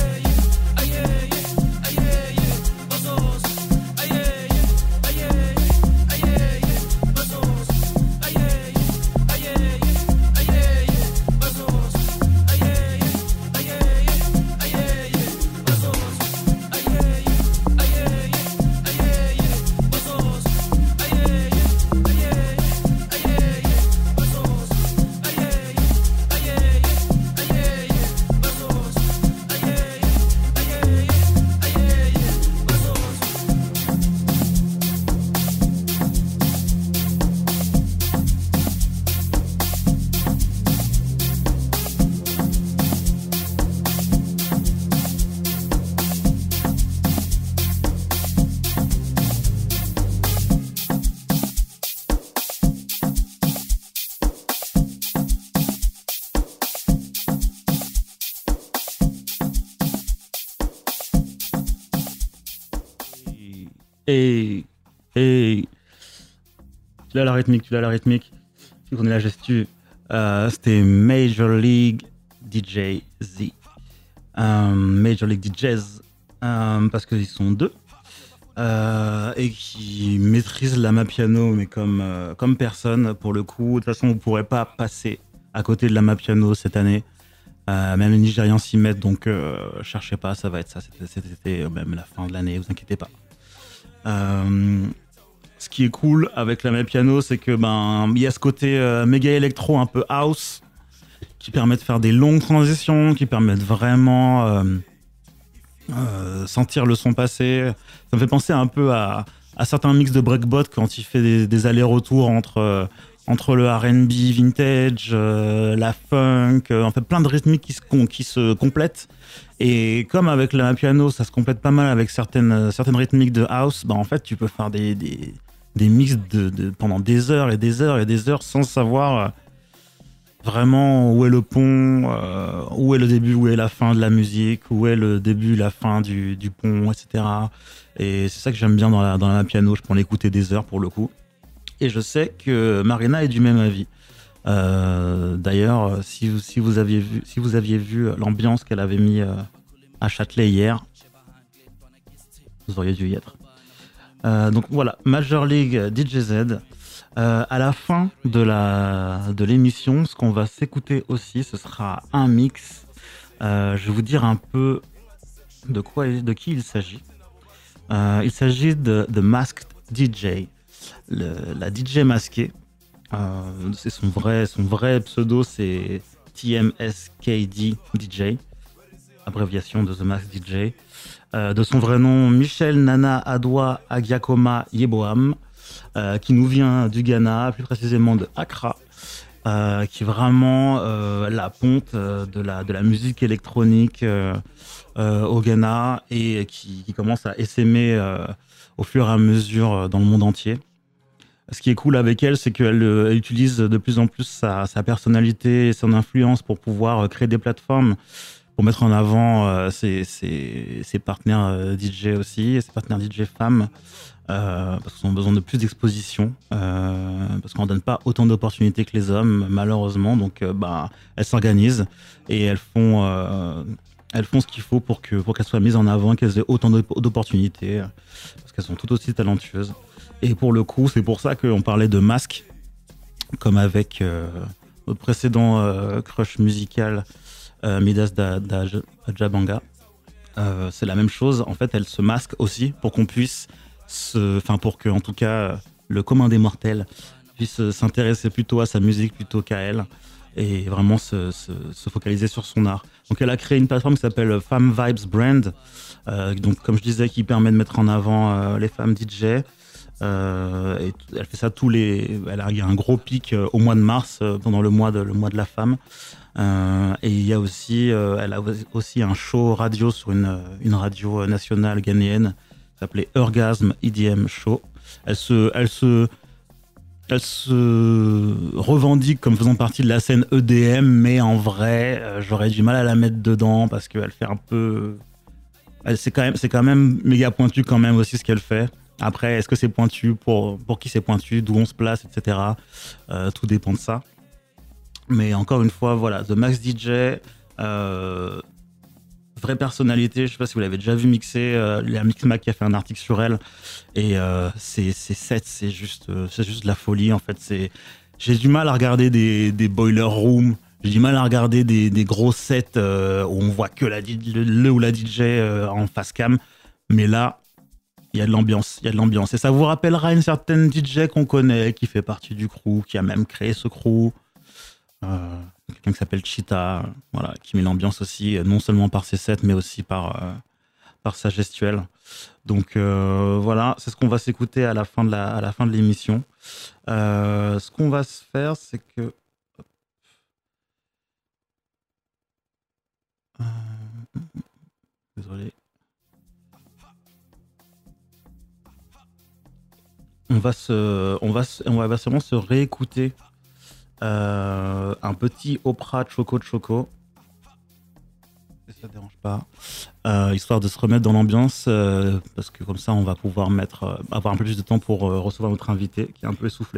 Speaker 1: Et tu l'as la rythmique. Tu connais la gestu. C'était Major League DJZ. Major League DJs, parce qu'ils sont deux. et qui maîtrise l'Amapiano, mais comme personne, pour le coup. De toute façon, vous ne pourrez pas passer à côté de l'Amapiano cette année. Même les Nigérians s'y mettent, donc cherchez pas, ça va être ça cet été, même la fin de l'année, vous inquiétez pas. Ce qui est cool avec l'Amapiano, c'est que il y a ce côté méga électro, un peu house, qui permet de faire des longues transitions, qui permettent vraiment sentir le son passer. Ça me fait penser un peu à certains mix de breakbot quand il fait des allers-retours entre le R&B vintage, la funk, en fait plein de rythmiques qui se complètent. Et comme avec le piano, ça se complète pas mal avec certaines rythmiques de house, en fait tu peux faire des mix pendant des heures et des heures et des heures sans savoir vraiment où est le pont, où est le début, où est la fin de la musique, où est le début, la fin du pont, etc. Et c'est ça que j'aime bien dans la piano, je peux en écouter des heures pour le coup. Et je sais que Marina est du même avis. D'ailleurs, si vous aviez vu l'ambiance qu'elle avait mis à Châtelet hier, vous auriez dû y être. Donc voilà, Major League DJZ. À la fin de l'émission, ce qu'on va s'écouter aussi, ce sera un mix. Je vais vous dire un peu de qui il s'agit. Il s'agit de Masked DJ. La DJ masquée, c'est son vrai pseudo, c'est TMSKD DJ, abréviation de The Masked DJ. De son vrai nom, Michel Nana Adwa Agiakoma Yeboam, qui nous vient du Ghana, plus précisément de Accra, qui est vraiment la ponte de la musique électronique au Ghana et qui commence à essaimer au fur et à mesure dans le monde entier. Ce qui est cool avec elle, c'est qu'elle utilise de plus en plus sa personnalité et son influence pour pouvoir créer des plateformes, pour mettre en avant ses partenaires DJ aussi, et ses partenaires DJ femmes, parce qu'ils ont besoin de plus d'exposition, parce qu'on ne donne pas autant d'opportunités que les hommes, malheureusement. Donc, elles s'organisent et elles font ce qu'il faut pour qu'elles soient mises en avant, qu'elles aient autant d'opportunités, parce qu'elles sont tout aussi talentueuses. Et pour le coup, c'est pour ça qu'on parlait de masque, comme avec notre précédent crush musical, Midas Djabanga. C'est la même chose. En fait, elle se masque aussi pour qu'on puisse, pour que, en tout cas, le commun des mortels puisse s'intéresser plutôt à sa musique plutôt qu'à elle, et vraiment se focaliser sur son art. Donc elle a créé une plateforme qui s'appelle Femme Vibes Brand, donc comme je disais, qui permet de mettre en avant les femmes DJ. Et elle fait ça il y a un gros pic au mois de mars, pendant le mois de la femme. Et il y a aussi, elle a aussi un show radio sur une radio nationale ghanéenne, s'appelait Orgasm EDM Show. Elle se revendique comme faisant partie de la scène EDM, mais en vrai, j'aurais du mal à la mettre dedans parce qu'elle fait un peu. C'est quand même méga pointu quand même aussi ce qu'elle fait. Après, est-ce que c'est pointu pour qui c'est pointu, d'où on se place, etc. Tout dépend de ça. Mais encore une fois, voilà, The Masked DJ, vraie personnalité. Je sais pas si vous l'avez déjà vu mixer. Il y a Mixmag qui a fait un article sur elle, et ses sets, c'est juste de la folie en fait. J'ai du mal à regarder des boiler rooms. J'ai du mal à regarder des gros sets où on voit que le ou la DJ en face cam. Mais là, il y a de l'ambiance. Et ça vous rappellera une certaine DJ qu'on connaît, qui fait partie du crew, qui a même créé ce crew. Quelqu'un qui s'appelle Cheetah, voilà, qui met l'ambiance aussi, non seulement par ses sets, mais aussi par sa gestuelle. Donc voilà, c'est ce qu'on va s'écouter à la fin de l'émission. Ce qu'on va se faire, c'est que... Désolé. On va sûrement se réécouter un petit Oprah Choco Choco, si ça ne dérange pas, histoire de se remettre dans l'ambiance, parce que comme ça on va pouvoir avoir un peu plus de temps pour recevoir notre invité qui est un peu essoufflé.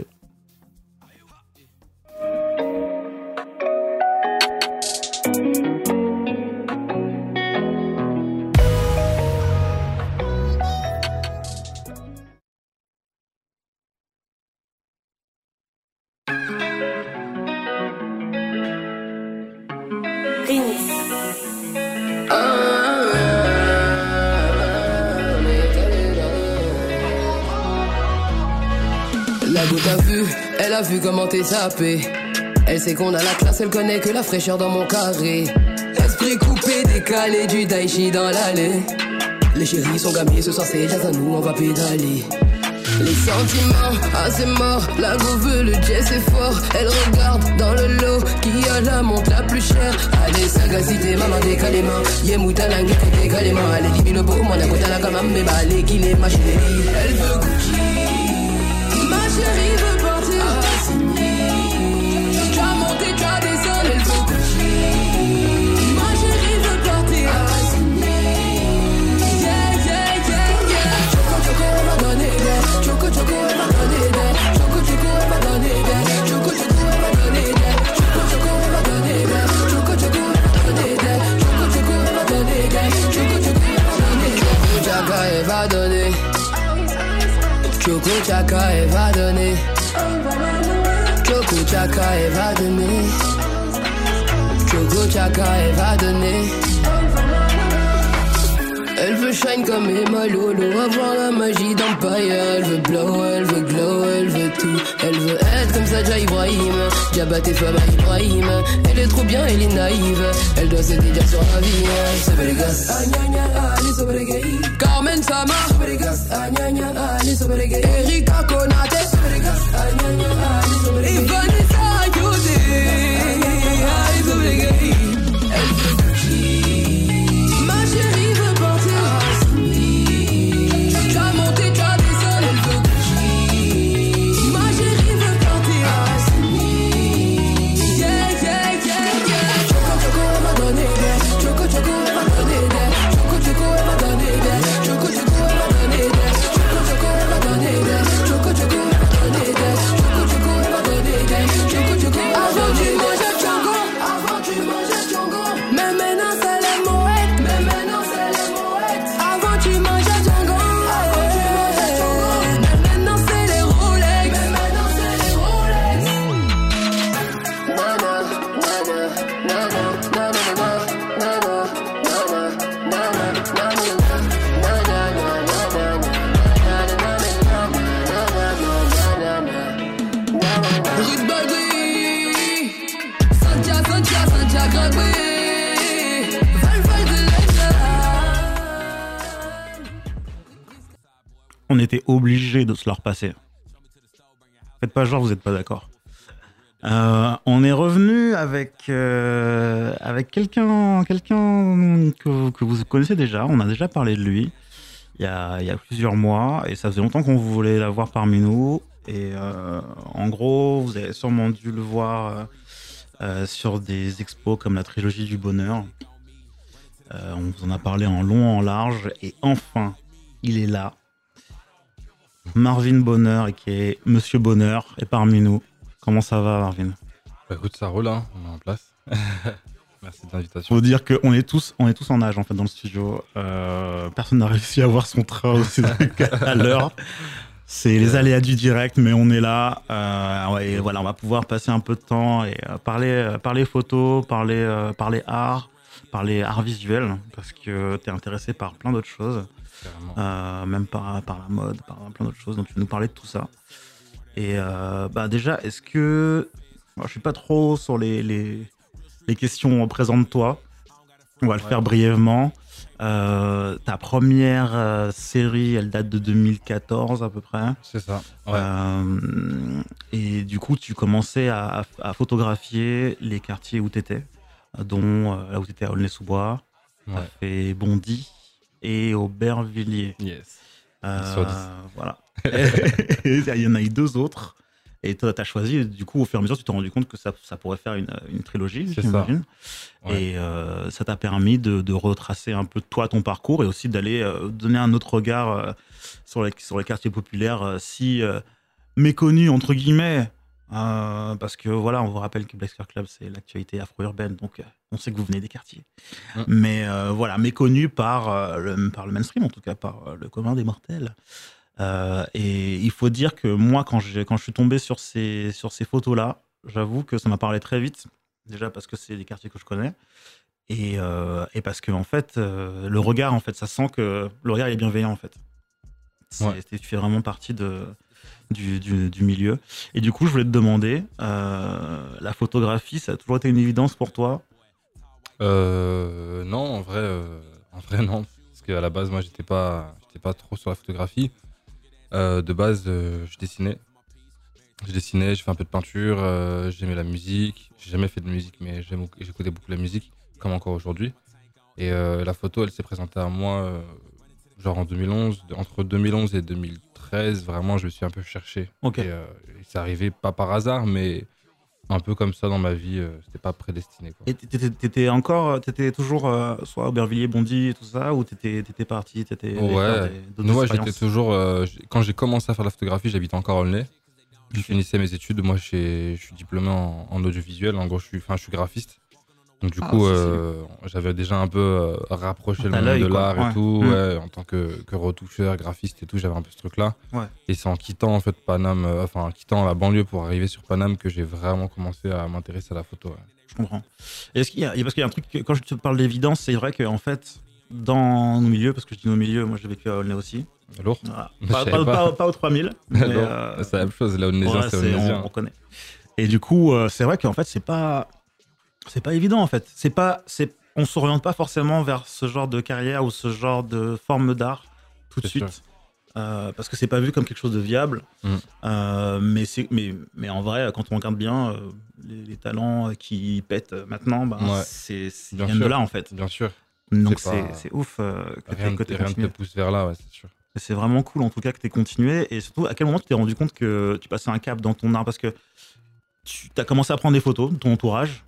Speaker 2: Prince.
Speaker 3: La goutte elle a vu comment t'es sapé. Elle sait qu'on a la classe, elle connaît que la fraîcheur dans mon carré. Esprit coupé, décalé, du daichi dans l'allée. Les chéris sont gamés, ce soir c'est jazz à nous, on va pédaler. Les sentiments, c'est mort, la go veut, le jazz c'est fort. Elle regarde dans le lot, qui a la montre la plus chère. Allez, sagacité, maman décalément. Yemouta langue, décalément. Allez, divine beau, mon akota la kamam, mais balé, qu'il est ma chérie. Elle veut Gucci. Ma chérie veut partir à Sydney. T'as monté, t'as descendu, elle veut Gucci. Ma chérie veut partir à Sydney. Yeah, yeah, yeah, yeah. Choco, choco, elle m'a donné des. Choco, choco, elle m'a donné des. Choco, choco, elle m'a donné des. Choco, choco, elle m'a donné des. Choco, choco, elle m'a donné des. Choco, choco, elle m'a donné des. Choco, choco, elle m'a donné des. Choco, choco, elle m'a donné des. Chaka, elle va donner. Choco Chaka, elle va donner. Choco Chaka, elle va donner. Choco Chaka, elle va donner. Elle veut shine comme Emma Lolo, avoir la magie d'Empire. Elle veut blow, elle veut glow, elle veut tout. Elle veut être comme Saja Ibrahim, Jabba tes femmes à Ibrahim. Elle est trop bien, elle est naïve. Elle doit se dire sur la vie. Sobregas, allez Sobregas. Carmen Sama, Sobregas, allez Sobregas. Erika Konate, Sobregas, allez Sobregas. Et Vanessa Ayodé, allez Sobregas. Elle veut Gucci. Ma chérie veut partir à Sydney. T'as monté, t'as descendu, elle veut Gucci. Ma chérie veut partir à Sydney. Yeah, yeah, yeah, yeah. Choco, choco, elle m'a donné des. Choco, choco, elle m'a donné des. Choco, choco, elle m'a donné des. Choco, choco, elle m'a donné des. Choco, choco, elle m'a donné des. Choco, choco, elle m'a donné des. Choco, choco, elle m'a donné des. Choco, choco. Avant tu mangeais Django. Avant tu mangeais Django. Mais maintenant c'est les moettes. Mais maintenant c'est les moettes. Avant tu mangeais Django. Avant tu mangeais Django. Mais maintenant c'est les Rolex. Mais maintenant c'est les Rolex. Nana, nana, nana, nana, Rude Baldi, Santia, Grabé, Val de l'État.
Speaker 1: On était obligé de se leur passer. Faites pas genre, vous n'êtes pas d'accord. On est revenu avec quelqu'un que vous connaissez déjà. On a déjà parlé de lui il y a plusieurs mois et ça faisait longtemps qu'on voulait l'avoir parmi nous. Et en gros, vous avez sûrement dû le voir sur des expos comme la Trilogie du Bonheur. On vous en a parlé en long, en large. Et enfin, il est là. Marvin Bonheur, qui est Monsieur Bonheur, est parmi nous. Comment ça va, Marvin ?
Speaker 6: Bah écoute, ça roule, hein. On est en place. Merci de l'invitation.
Speaker 1: Faut dire qu'on est tous en âge en fait dans le studio. Personne n'a réussi à avoir son train aussi à l'heure. C'est les aléas du direct, mais on est là. Et voilà, on va pouvoir passer un peu de temps et parler photo, parler art, parler art visuel, parce que t'es intéressé par plein d'autres choses. Même par la mode, par plein d'autres choses. Donc tu vas nous parler de tout ça. Et déjà, est-ce que... je suis pas trop sur les questions présente-toi. On va le faire brièvement. Ta première série, elle date de 2014 à peu près.
Speaker 6: C'est ça. Ouais.
Speaker 1: Et du coup, tu commençais à photographier les quartiers où tu étais, dont là où tu étais à Aulnay-sous-Bois. Ouais. Tu as fait Bondy et Aubervilliers.
Speaker 6: Yes.
Speaker 1: Voilà. Il y en a eu deux autres. Et toi, tu as choisi, du coup, au fur et à mesure, tu t'es rendu compte que ça pourrait faire une trilogie, j'imagine. Ouais. Et ça t'a permis de retracer un peu toi, ton parcours, et aussi d'aller donner un autre regard sur les quartiers populaires si méconnus, entre guillemets. Parce que voilà, on vous rappelle que Black Square Club, c'est l'actualité afro-urbaine, donc on sait que vous venez des quartiers. Mais voilà, méconnus par le mainstream, en tout cas par le commun des mortels. Et il faut dire que moi, quand je suis tombé sur ces photos-là, j'avoue que ça m'a parlé très vite. Déjà parce que c'est des quartiers que je connais. Et parce que, en fait, le regard, en fait, ça sent que le regard il est bienveillant, en fait. Tu fais vraiment partie du milieu. Et du coup, je voulais te demander, la photographie, ça a toujours été une évidence pour toi?
Speaker 6: Non, en vrai, non. Parce qu'à la base, moi, j'étais pas trop sur la photographie. De base, je dessinais. J'ai fait un peu de peinture, j'aimais la musique. J'ai jamais fait de musique, mais j'écoutais beaucoup la musique, comme encore aujourd'hui. Et la photo, elle s'est présentée à moi, genre en 2011. Entre 2011 et 2013, vraiment, je me suis un peu cherché.
Speaker 1: Ok.
Speaker 6: Et c'est arrivé pas par hasard, mais un peu comme ça dans ma vie. C'était pas prédestiné, quoi.
Speaker 1: Et t'étais toujours soit à Aubervilliers, Bondy et tout ça, ou t'étais parti,
Speaker 6: Ouais, moi j'étais toujours. Quand j'ai commencé à faire la photographie, j'habitais encore à Aulnay. Je finissais mes études. Moi, je suis diplômé en audiovisuel. En gros, je suis graphiste. Donc, du coup, j'avais déjà un peu rapproché le monde de l'art et tout. Ouais, en tant que retoucheur, graphiste et tout, j'avais un peu ce truc-là. Ouais. Et c'est en quittant en fait Paname, en quittant la banlieue pour arriver sur Paname que j'ai vraiment commencé à m'intéresser à la photo. Ouais.
Speaker 1: Je comprends. Et parce qu'il y a un truc, quand je te parle d'évidence, c'est vrai qu'en fait, dans nos milieux, parce que je dis nos milieux, moi j'ai vécu à Aulnay aussi.
Speaker 6: Lourd.
Speaker 1: Pas aux 3000. Mais,
Speaker 6: c'est la même chose, là, Aulnaysien, c'est Aulnaysien.
Speaker 1: On connaît. Et du coup, c'est vrai qu'en fait, c'est pas évident, en fait. On s'oriente pas forcément vers ce genre de carrière ou ce genre de forme d'art tout de suite. Parce que c'est pas vu comme quelque chose de viable. Mais en vrai, quand on regarde bien, les talents qui pètent maintenant, c'est viennent de là, en fait.
Speaker 6: Bien sûr.
Speaker 1: Donc c'est ouf que
Speaker 6: rien ne te pousse vers là, ouais, c'est sûr.
Speaker 1: C'est vraiment cool en tout cas que tu aies continué. Et surtout, à quel moment tu t'es rendu compte que tu passais un cap dans ton art? Parce que tu as commencé à prendre des photos de ton entourage.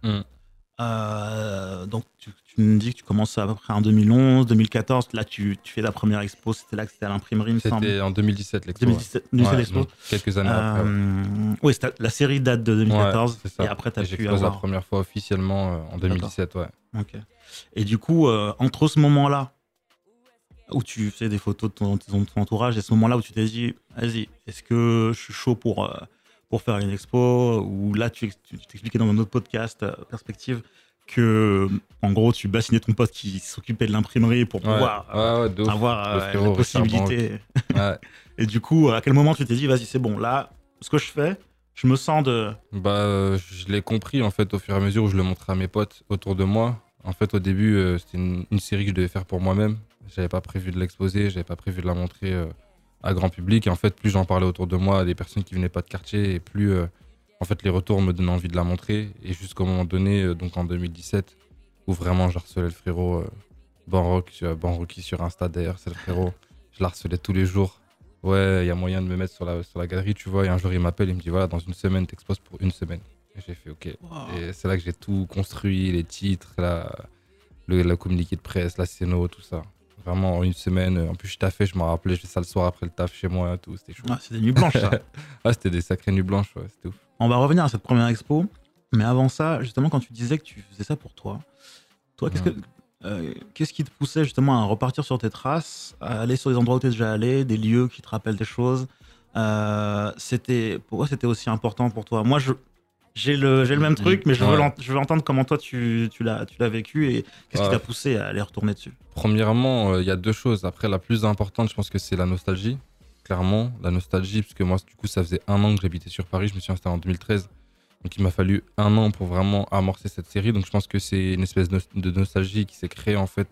Speaker 1: Donc tu me dis que tu commences à peu près en 2011, 2014. Là, tu fais la première expo. C'était à l'imprimerie, il me semble.
Speaker 6: C'était en 2017 l'expo.
Speaker 1: 2017 l'expo.
Speaker 6: Quelques années après.
Speaker 1: Oui, la série date de 2014.
Speaker 6: Ouais, c'est ça.
Speaker 1: Et après, tu as pu
Speaker 6: j'expose la première fois officiellement en 2017. Ouais.
Speaker 1: Ok. Et du coup, entre ce moment-là, où tu fais des photos de ton entourage, et ce moment-là où tu t'es dit, vas-y, est-ce que je suis chaud pour faire une expo? Ou là, tu t'expliquais dans un autre podcast, Perspective, que, en gros, tu bassinais ton pote qui s'occupait de l'imprimerie pour pouvoir avoir la possibilité. Et du coup, à quel moment tu t'es dit, vas-y, c'est bon, là, ce que je fais, je me sens de...
Speaker 6: Je l'ai compris, en fait, au fur et à mesure où je le montrais à mes potes autour de moi. En fait, au début, c'était une série que je devais faire pour moi-même. J'avais pas prévu de l'exposer, j'avais pas prévu de la montrer à grand public. Et en fait, plus j'en parlais autour de moi à des personnes qui venaient pas de quartier, et plus en fait les retours me donnaient envie de la montrer. Et jusqu'au moment donné, donc en 2017, où vraiment je harcelais le frérot Banrocky sur Insta d'ailleurs, c'est le frérot. Je l'harcelais tous les jours. Ouais, il y a moyen de me mettre sur la galerie, tu vois. Et un jour, il m'appelle, il me dit voilà, dans une semaine, t'exposes pour une semaine. Et j'ai fait ok. Wow. Et c'est là que j'ai tout construit, les titres, le communiqué de presse, la scéno, tout ça. Vraiment en une semaine. En plus, je taffais, je me rappelais, je faisais ça le soir après le taf chez moi, tout. C'était chaud.
Speaker 1: C'était des nuits blanches, ça.
Speaker 6: C'était des sacrées nuits blanches, ouais, c'était ouf.
Speaker 1: On va revenir à cette première expo. Mais avant ça, justement, quand tu disais que tu faisais ça pour toi, qu'est-ce qui te poussait justement à repartir sur tes traces, à aller sur des endroits où tu es déjà allé, des lieux qui te rappellent des choses? Pourquoi c'était aussi important pour toi? Moi, j'ai le même truc, mais je veux entendre comment toi tu l'as vécu et qu'est-ce qui t'a poussé à aller retourner dessus.
Speaker 6: Premièrement, il y a deux choses. Après, la plus importante, je pense que c'est la nostalgie. Clairement, la nostalgie, parce que moi, du coup, ça faisait 1 an que j'habitais sur Paris. Je me suis installé en 2013. Donc, il m'a fallu 1 an pour vraiment amorcer cette série. Donc, je pense que c'est une espèce de nostalgie qui s'est créée, en fait,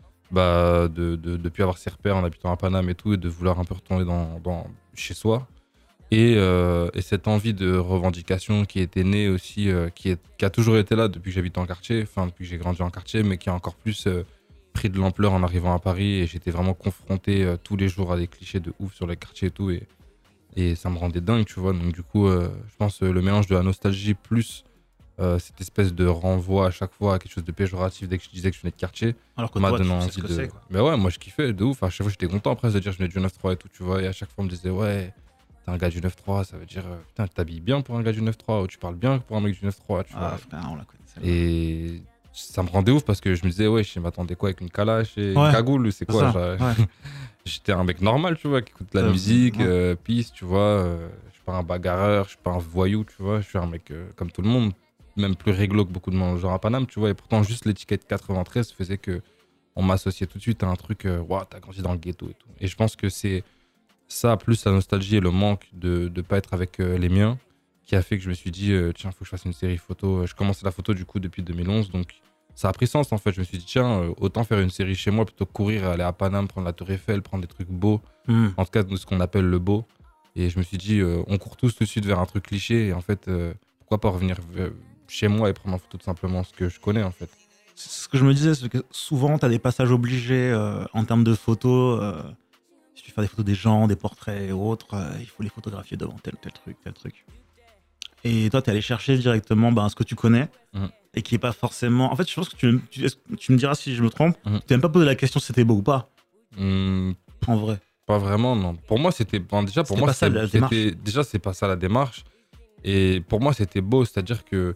Speaker 6: de plus avoir ses repères en habitant à Paname et tout, et de vouloir un peu retourner chez soi. Et cette envie de revendication qui était née aussi, qui a toujours été là depuis que j'habite en quartier, depuis que j'ai grandi en quartier, mais qui a encore plus pris de l'ampleur en arrivant à Paris. Et j'étais vraiment confronté tous les jours à des clichés de ouf sur les quartiers et tout. Et ça me rendait dingue, tu vois. Donc du coup, je pense le mélange de la nostalgie plus cette espèce de renvoi à chaque fois à quelque chose de péjoratif dès que je disais que je venais de quartier.
Speaker 1: Alors que toi, tu sais ce que c'est, quoi.
Speaker 6: Mais ouais, moi je kiffais de ouf. À chaque fois, j'étais content après de dire que je venais du 9-3 et tout, tu vois. Et à chaque fois, on me disait, ouais, t'es un gars du 9-3, ça veut dire, putain, tu t'habilles bien pour un gars du 9-3, ou tu parles bien pour un mec du 9-3, tu vois.
Speaker 1: Frère, on la connaît.
Speaker 6: Et ça me rendait ouf parce que je me disais, ouais, je m'attendais quoi avec une calache et une cagoule, c'est quoi J'étais un mec normal, tu vois, qui écoute la musique, peace, tu vois. Je suis pas un bagarreur, je suis pas un voyou, tu vois. Je suis un mec comme tout le monde. même plus réglo que beaucoup de gens à Paname, tu vois. Et pourtant, juste l'étiquette 93 faisait que on m'associait tout de suite à un truc, waouh, t'as grandi dans le ghetto et tout. Et je pense que c'est ça, plus la nostalgie et le manque de ne pas être avec les miens, qui a fait que je me suis dit, tiens, il faut que je fasse une série photo. Je commençais la photo du coup depuis 2011, donc ça a pris sens en fait. Je me suis dit, tiens, autant faire une série chez moi plutôt que courir, aller à Paname, prendre la Tour Eiffel, prendre des trucs beaux, en tout cas de ce qu'on appelle le beau. Et je me suis dit, on court tous tout de suite vers un truc cliché, et en fait, pourquoi pas revenir chez moi et prendre en photo tout simplement ce que je connais en fait.
Speaker 1: Ce que je me disais, c'est que souvent, tu as des passages obligés en termes de photos. Si tu fais des photos des gens, des portraits et autres, il faut les photographier devant tel truc. Et toi, tu es allé chercher directement ce que tu connais et qui est pas forcément. En fait, je pense que tu me diras si je me trompe. Tu n'as même pas posé la question si c'était beau ou pas. En vrai.
Speaker 6: Pas vraiment, non. Pour moi, c'était. Déjà, pour moi, déjà, c'est pas ça la démarche. Et pour moi, c'était beau, c'est-à-dire que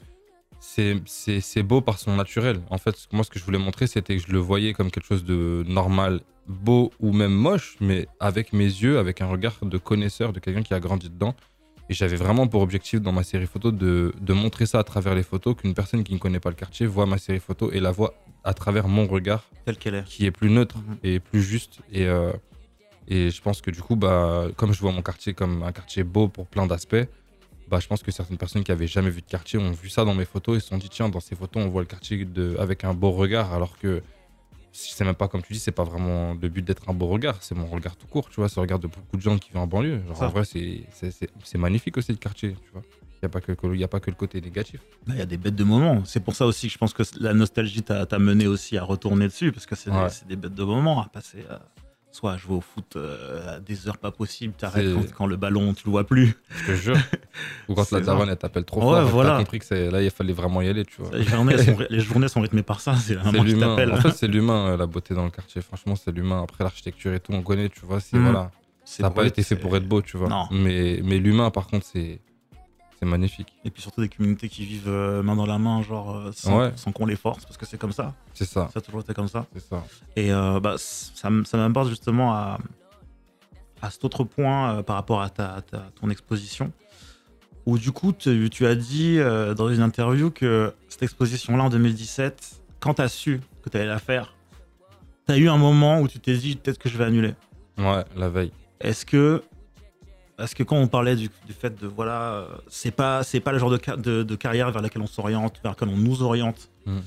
Speaker 6: c'est beau par son naturel. En fait, moi, ce que je voulais montrer, c'était que je le voyais comme quelque chose de normal, beau ou même moche, mais avec mes yeux, avec un regard de connaisseur, de quelqu'un qui a grandi dedans. Et j'avais vraiment pour objectif dans ma série photo de montrer ça à travers les photos, qu'une personne qui ne connaît pas le quartier voit ma série photo et la voit à travers mon regard,
Speaker 1: telle qu'elle est,
Speaker 6: qui est plus neutre et plus juste. Et je pense que du coup, comme je vois mon quartier comme un quartier beau pour plein d'aspects, je pense que certaines personnes qui n'avaient jamais vu de quartier ont vu ça dans mes photos et se sont dit, tiens, dans ces photos, on voit le quartier avec un beau regard, alors que c'est même pas, comme tu dis, c'est pas vraiment le but d'être un beau regard, c'est mon regard tout court, tu vois, c'est le regard de beaucoup de gens qui vivent en banlieue. Genre, en vrai, c'est magnifique aussi le quartier, tu vois. Il n'y a pas que le côté négatif.
Speaker 1: Il y a des bêtes de moments. C'est pour ça aussi que je pense que la nostalgie t'a mené aussi à retourner dessus, parce que c'est des bêtes de moments à passer. Soit à jouer au foot à des heures pas possibles, t'arrêtes quand le ballon, tu le vois plus.
Speaker 6: Je te jure. Ou quand la daronne, elle t'appelle trop fort, t'as compris que là, il fallait vraiment y aller, tu vois.
Speaker 1: Les journées sont rythmées par ça, c'est un moment qui t'appelle.
Speaker 6: En fait, c'est l'humain, la beauté dans le quartier. Franchement, c'est l'humain. Après, l'architecture et tout, on connaît, tu vois. Voilà. Ça n'a pas été fait pour être beau, tu vois.
Speaker 1: Non.
Speaker 6: Mais l'humain, par contre, c'est magnifique.
Speaker 1: Et puis surtout des communautés qui vivent main dans la main, genre sans qu'on les force, parce que c'est comme ça.
Speaker 6: C'est ça.
Speaker 1: Ça a toujours été comme ça.
Speaker 6: C'est ça.
Speaker 1: Et ça m'apporte justement à cet autre point par rapport à ton exposition, où du coup tu as dit dans une interview que cette exposition-là en 2017, quand tu as su que tu allais la faire, tu as eu un moment où tu t'es dit peut-être que je vais annuler.
Speaker 6: Ouais, la veille.
Speaker 1: Est-ce que quand on parlait du fait de c'est pas le genre de carrière vers laquelle on s'oriente, vers laquelle on nous oriente.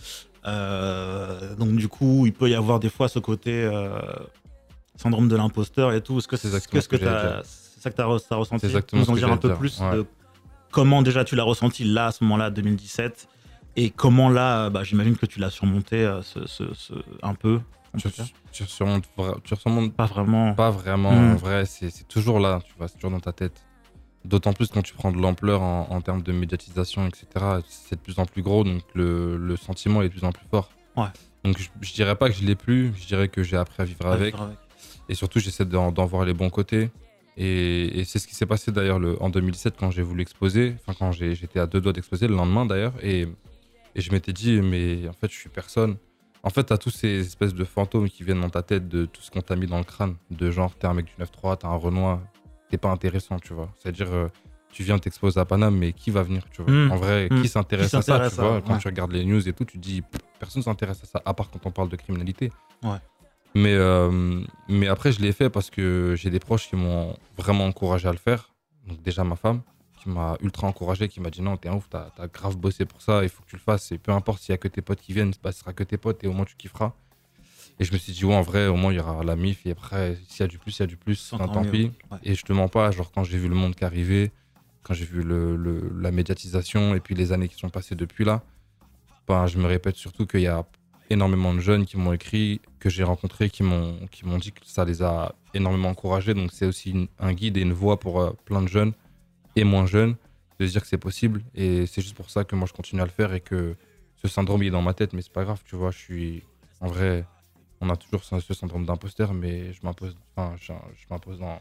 Speaker 1: Donc du coup, il peut y avoir des fois ce côté syndrome de l'imposteur et tout. Est-ce que c'est ça que t'as ressenti?
Speaker 6: C'est exactement
Speaker 1: nous en dire un peu plus de comment déjà tu l'as ressenti là à ce moment-là 2017 et comment là, j'imagine que tu l'as surmonté un peu.
Speaker 6: Tu surmontes
Speaker 1: pas vraiment.
Speaker 6: En vrai, c'est toujours là, tu vois, c'est toujours dans ta tête. D'autant plus quand tu prends de l'ampleur en termes de médiatisation, etc. C'est de plus en plus gros, donc le sentiment est de plus en plus fort.
Speaker 1: Ouais.
Speaker 6: Donc je dirais pas que je l'ai plus, je dirais que j'ai appris à vivre avec. Et surtout, j'essaie d'en voir les bons côtés. Et c'est ce qui s'est passé d'ailleurs en 2017 quand j'ai voulu exposer, enfin quand j'étais à 2 doigts d'exposer, le lendemain d'ailleurs. Et je m'étais dit, mais en fait, je suis personne. En fait, t'as tous ces espèces de fantômes qui viennent dans ta tête de tout ce qu'on t'a mis dans le crâne. De genre, t'es un mec du 9-3, t'as un Renoir, t'es pas intéressant, tu vois. C'est-à-dire, tu viens t'exposer à Paname, mais qui va venir, tu vois. En vrai, qui s'intéresse à ça, tu vois. Quand tu regardes les news et tout, tu te dis, personne s'intéresse à ça, à part quand on parle de criminalité.
Speaker 1: Ouais.
Speaker 6: Mais après, je l'ai fait parce que j'ai des proches qui m'ont vraiment encouragé à le faire. Donc déjà, ma femme, qui m'a ultra encouragé, qui m'a dit non, t'es un ouf, t'as grave bossé pour ça, il faut que tu le fasses, et peu importe s'il y a que tes potes qui viennent, ce sera que tes potes et au moins tu kifferas. Et je me suis dit, ouais, en vrai, au moins il y aura la mif, et après, s'il y a du plus, il y a du plus, tant pis. Ouais. Et je te mens pas, genre quand j'ai vu le monde qui arrivait, quand j'ai vu la médiatisation et puis les années qui sont passées depuis là, je me répète surtout qu'il y a énormément de jeunes qui m'ont écrit, que j'ai rencontrés, qui m'ont dit que ça les a énormément encouragés. Donc c'est aussi un guide et une voie pour plein de jeunes et moins jeunes, de se dire que c'est possible. Et c'est juste pour ça que moi je continue à le faire et que ce syndrome il est dans ma tête, mais c'est pas grave, tu vois. En vrai, on a toujours ce syndrome d'imposteur, mais je m'impose dans.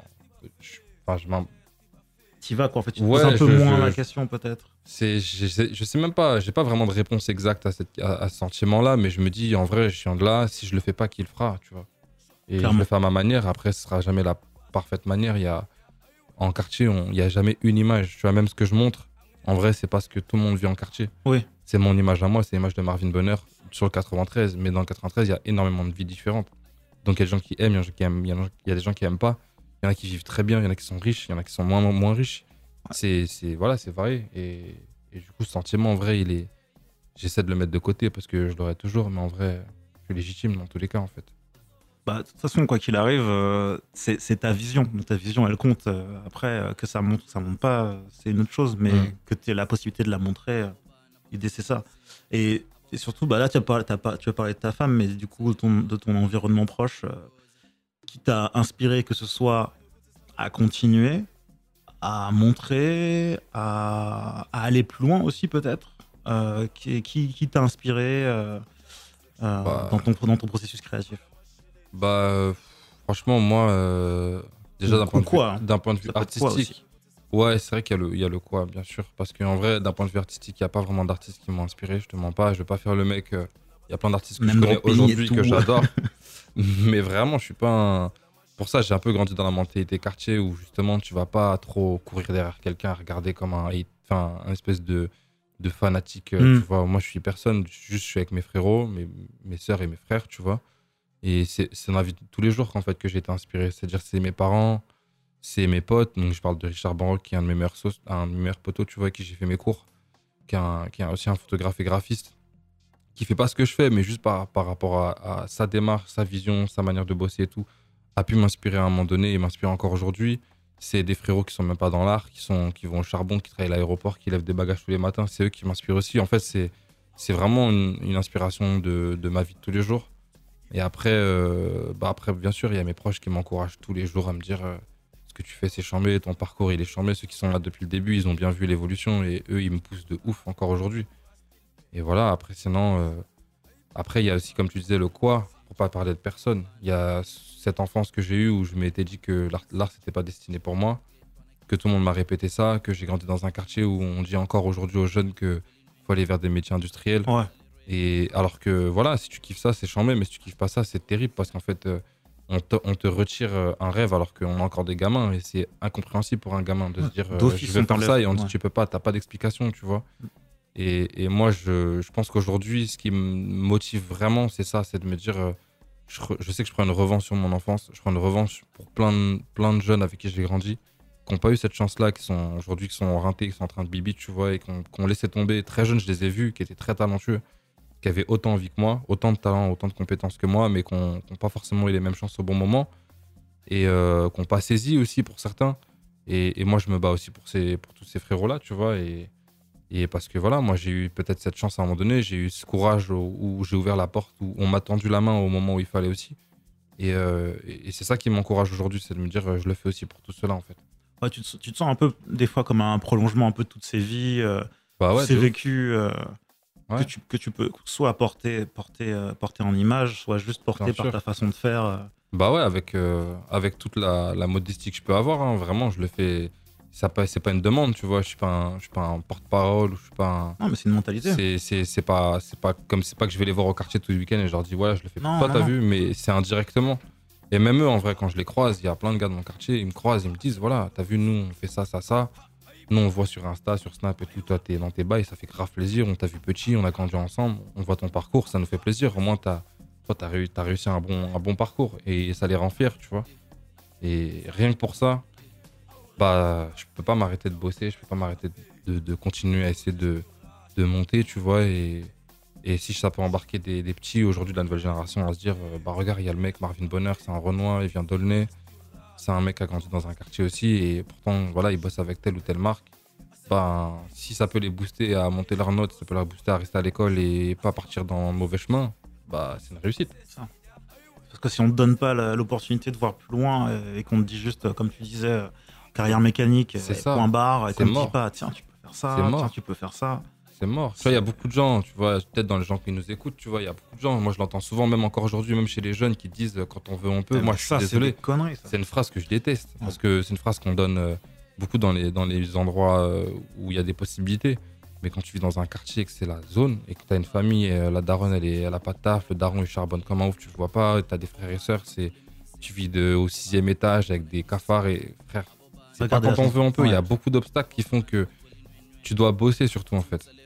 Speaker 1: T'y vas quoi, en fait, tu te poses un peu moins la question peut-être.
Speaker 6: Je sais même pas, j'ai pas vraiment de réponse exacte à ce sentiment-là, mais je me dis en vrai, je suis de là, si je le fais pas, qui le fera, tu vois. Et clairement. Je le fais à ma manière, après ce sera jamais la parfaite manière. En quartier, il n'y a jamais une image, tu vois, même ce que je montre, en vrai, c'est pas ce que tout le monde vit en quartier.
Speaker 1: Oui.
Speaker 6: c'est mon image à moi, c'est l'image de Marvin Bonheur sur le 93. Mais dans le 93, il y a énormément de vies différentes. Donc il y a des gens qui aiment, il y a des gens qui aiment, il y a des gens qui aiment pas. Il y en a qui vivent très bien, il y en a qui sont riches, il y en a qui sont moins riches. C'est varié. Et du coup, ce sentiment, en vrai, j'essaie de le mettre de côté parce que je l'aurai toujours, mais en vrai, je suis légitime dans tous les cas, en fait.
Speaker 1: Bah, de toute façon, quoi qu'il arrive, c'est ta vision. Ta vision, elle compte. Après, que ça monte pas, c'est une autre chose. Mais que tu aies la possibilité de la montrer, l'idée, c'est ça. Et surtout, bah, là, tu as parlé de ta femme, mais du coup, de ton environnement proche, qui t'a inspiré, que ce soit à continuer, à montrer, à aller plus loin aussi, peut-être. Qui t'a inspiré dans ton processus créatif?
Speaker 6: Franchement, moi, déjà d'un point de vue
Speaker 1: Ça peut être quoi
Speaker 6: artistique,
Speaker 1: aussi.
Speaker 6: ouais, c'est vrai qu'il y a le quoi, bien sûr. Parce qu'en vrai, d'un point de vue artistique, il n'y a pas vraiment d'artistes qui m'ont inspiré. Je te mens pas, je vais pas faire le mec. Il y a plein d'artistes que
Speaker 1: Même
Speaker 6: je connais
Speaker 1: dropping et
Speaker 6: aujourd'hui
Speaker 1: tout.
Speaker 6: que j'adore. Mais vraiment, je suis pas un. Pour ça, j'ai un peu grandi dans la mentalité quartier où justement, tu vas pas trop courir derrière quelqu'un, regarder comme un espèce de fanatique. Tu vois, moi, je suis personne. Je suis avec mes frérots, mes sœurs et mes frères, tu vois. Et c'est dans la vie de tous les jours qu'en fait que j'ai été inspiré. C'est-à-dire c'est mes parents, c'est mes potes. Donc je parle de Richard Banrock qui est un de mes meilleurs potos, tu vois, avec qui j'ai fait mes cours, qui est aussi un photographe et graphiste, qui fait pas ce que je fais, mais juste par rapport à sa démarche, sa vision, sa manière de bosser et tout, a pu m'inspirer à un moment donné et m'inspire encore aujourd'hui. C'est des frérots qui sont même pas dans l'art, qui vont au charbon, qui travaillent à l'aéroport, qui lèvent des bagages tous les matins. C'est eux qui m'inspirent aussi. En fait, c'est vraiment une inspiration de ma vie de tous les jours. Et après, bien sûr, il y a mes proches qui m'encouragent tous les jours à me dire ce que tu fais, c'est chambé, ton parcours, il est chambé. Ceux qui sont là depuis le début, ils ont bien vu l'évolution et eux, ils me poussent de ouf encore aujourd'hui. Et voilà, après, sinon, après, il y a aussi, comme tu disais, le quoi, pour pas parler de personne. Il y a cette enfance que j'ai eue où je m'étais dit que l'art, c'était pas destiné pour moi, que tout le monde m'a répété ça, que j'ai grandi dans un quartier où on dit encore aujourd'hui aux jeunes qu'il faut aller vers des métiers industriels.
Speaker 1: Ouais.
Speaker 6: Et alors que voilà, si tu kiffes ça, c'est chambé, mais si tu kiffes pas ça, c'est terrible parce qu'en fait, on te retire un rêve alors qu'on a encore des gamins et c'est incompréhensible pour un gamin de se dire je vais faire ça et on dit tu peux pas, t'as pas d'explication, tu vois. Et moi, je pense qu'aujourd'hui, ce qui me motive vraiment, c'est ça, c'est de me dire je sais que je prends une revanche sur mon enfance, je prends une revanche pour plein de jeunes avec qui j'ai grandi, qui n'ont pas eu cette chance-là, qui sont aujourd'hui qui sont rentés, qui sont en train de bibi, tu vois, et qui ont laissé tomber. Très jeunes, je les ai vus, qui étaient très talentueux, qui avaient autant envie que moi, autant de talent, autant de compétences que moi, mais qui n'ont pas forcément eu les mêmes chances au bon moment et qui n'ont pas saisi aussi pour certains. Et moi, je me bats aussi pour tous ces frérots-là, tu vois. Et parce que voilà, moi, j'ai eu peut-être cette chance à un moment donné, j'ai eu ce courage où j'ai ouvert la porte, où on m'a tendu la main au moment où il fallait aussi. Et c'est ça qui m'encourage aujourd'hui, c'est de me dire, je le fais aussi pour tout cela, en fait.
Speaker 1: Ouais, tu te sens un peu, des fois, comme un prolongement un peu de toutes ces vies,
Speaker 6: ouais,
Speaker 1: ces vécus.
Speaker 6: Ouais.
Speaker 1: Que tu peux soit porter en image, soit juste porter par ta façon de faire.
Speaker 6: Bah ouais, avec toute la modestie que je peux avoir, hein, vraiment, je le fais. C'est pas une demande, tu vois. Je suis pas un porte-parole ou je suis pas un.
Speaker 1: Non, mais c'est une mentalité.
Speaker 6: C'est pas que je vais les voir au quartier tous les week-ends et je leur dis voilà, je le fais pour toi, t'as vu, mais c'est indirectement. Et même eux, en vrai, quand je les croise, il y a plein de gars de mon quartier, ils me croisent, ils me disent voilà, t'as vu, nous, on fait ça. Nous, on voit sur Insta, sur Snap et tout, toi, t'es dans tes bails, ça fait grave plaisir. On t'a vu petit, on a grandi ensemble, on voit ton parcours, ça nous fait plaisir. Au moins, t'as réussi un bon parcours et ça les rend fiers, tu vois. Et rien que pour ça, bah, je peux pas m'arrêter de bosser, je peux pas m'arrêter de continuer à essayer de monter, tu vois. Et si ça peut embarquer des petits aujourd'hui de la nouvelle génération à se dire, bah, regarde, il y a le mec Marvin Bonheur, c'est un Renoir, il vient d'Aulnay. C'est un mec qui a grandi dans un quartier aussi et pourtant voilà, il bosse avec telle ou telle marque. Ben, si ça peut les booster à monter leurs notes, ça peut les booster à rester à l'école et pas partir dans le mauvais chemin, bah, c'est une réussite.
Speaker 1: Ça. Parce que si on ne te donne pas l'opportunité de voir plus loin et qu'on te dit juste, comme tu disais, carrière mécanique, point barre, et qu'on ne dit pas tiens, tu peux faire ça, tiens, tu peux faire ça.
Speaker 6: C'est mort. Tu vois, il y a beaucoup de gens, tu vois, peut-être dans les gens qui nous écoutent, tu vois, il y a beaucoup de gens, moi je l'entends souvent, même encore aujourd'hui, même chez les jeunes qui disent quand on veut, on peut. Moi je suis désolé.
Speaker 1: C'est des conneries, ça.
Speaker 6: C'est une phrase que je déteste, parce que c'est une phrase qu'on donne beaucoup dans les endroits où il y a des possibilités. Mais quand tu vis dans un quartier, que c'est la zone, et que tu as une famille, et la daronne, elle a pas de taf, le daron il charbonne comme un ouf, tu le vois pas, tu as des frères et sœurs, tu vis au 6e étage avec des cafards et frère. C'est pas quand on veut, on peut. Il y a beaucoup d'obstacles qui font que tu dois bosser surtout en fait.